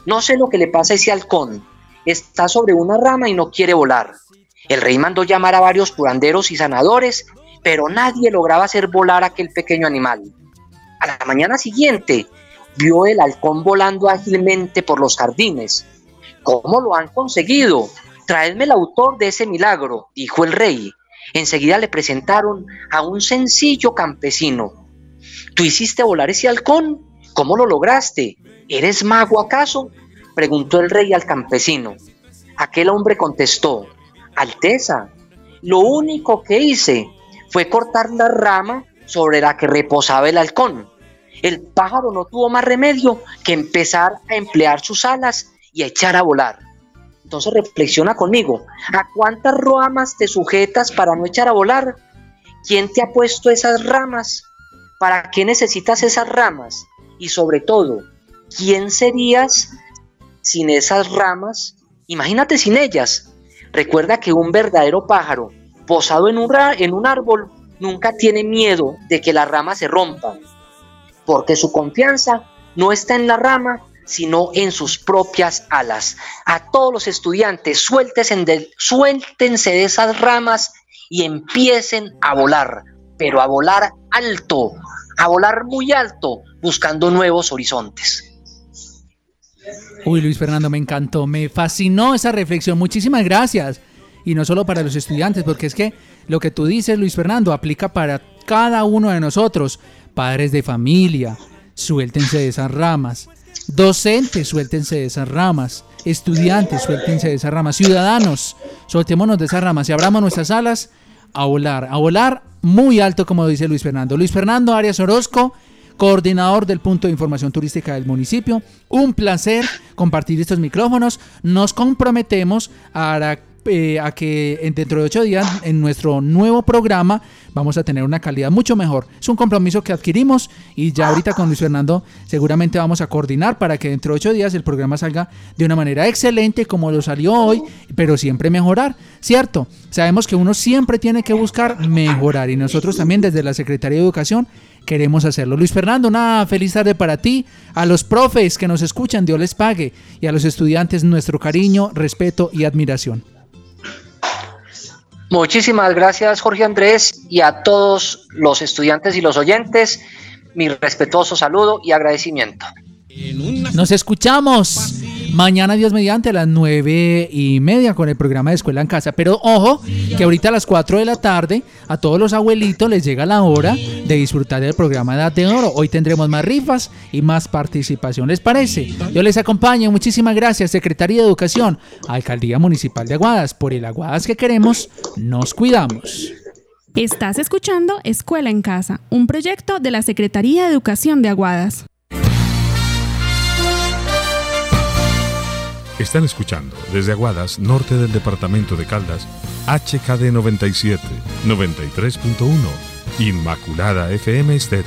lo que le pasa a ese halcón, está sobre una rama y no quiere volar. El rey mandó llamar a varios curanderos y sanadores, pero nadie lograba hacer volar a aquel pequeño animal. A la mañana siguiente vio el halcón volando ágilmente por los jardines. ¿Cómo lo han conseguido? Traedme el autor de ese milagro, dijo el rey. Enseguida le presentaron a un sencillo campesino. ¿Tú hiciste volar ese halcón? ¿Cómo lo lograste? ¿Eres mago acaso?, preguntó el rey al campesino. Aquel hombre contestó: Alteza, lo único que hice fue cortar la rama sobre la que reposaba el halcón. El pájaro no tuvo más remedio que empezar a emplear sus alas y a echar a volar. Entonces reflexiona conmigo, ¿a cuántas ramas te sujetas para no echar a volar? ¿Quién te ha puesto esas ramas? ¿Para qué necesitas esas ramas? Y sobre todo, ¿quién serías sin esas ramas? Imagínate sin ellas. Recuerda que un verdadero pájaro posado en un árbol nunca tiene miedo de que la rama se rompa, porque su confianza no está en la rama, sino en sus propias alas. A todos los estudiantes, suéltense de esas ramas y empiecen a volar, pero a volar alto, a volar muy alto, buscando nuevos horizontes. Uy, Luis Fernando, me encantó, me fascinó esa reflexión, muchísimas gracias. Y no solo para los estudiantes, porque es que lo que tú dices, Luis Fernando, aplica para cada uno de nosotros, padres de familia, suéltense de esas ramas, docentes, suéltense de esas ramas, estudiantes, suéltense de esas ramas, ciudadanos, soltémonos de esas ramas y abramos nuestras alas a volar muy alto, como dice Luis Fernando. Luis Fernando Arias Orozco, coordinador del punto de información turística del municipio, un placer compartir estos micrófonos. Nos comprometemos a que dentro de 8 días en nuestro nuevo programa vamos a tener una calidad mucho mejor. Es un compromiso que adquirimos y ya ahorita con Luis Fernando seguramente vamos a coordinar para que dentro de 8 días el programa salga de una manera excelente como lo salió hoy, pero siempre mejorar, ¿cierto? Sabemos que uno siempre tiene que buscar mejorar y nosotros también desde la Secretaría de Educación queremos hacerlo. Luis Fernando, una feliz tarde para ti, a los profes que nos escuchan, Dios les pague, y a los estudiantes nuestro cariño, respeto y admiración. Muchísimas gracias, Jorge Andrés, y a todos los estudiantes y los oyentes, mi respetuoso saludo y agradecimiento. Nos escuchamos mañana, Dios mediante, a las 9:30 con el programa de Escuela en Casa. Pero ojo, que ahorita a las 4 de la tarde a todos los abuelitos les llega la hora de disfrutar del programa Edad de Oro. Hoy tendremos más rifas y más participación, ¿les parece? Yo les acompaño, muchísimas gracias, Secretaría de Educación, Alcaldía Municipal de Aguadas. Por el Aguadas que queremos, nos cuidamos. Estás escuchando Escuela en Casa, un proyecto de la Secretaría de Educación de Aguadas. Están escuchando desde Aguadas, norte del departamento de Caldas, HKD 97, 93.1, Inmaculada FM Estéreo.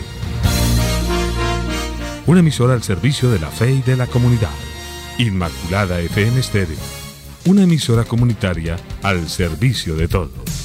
Una emisora al servicio de la fe y de la comunidad. Inmaculada FM Estéreo. Una emisora comunitaria al servicio de todos.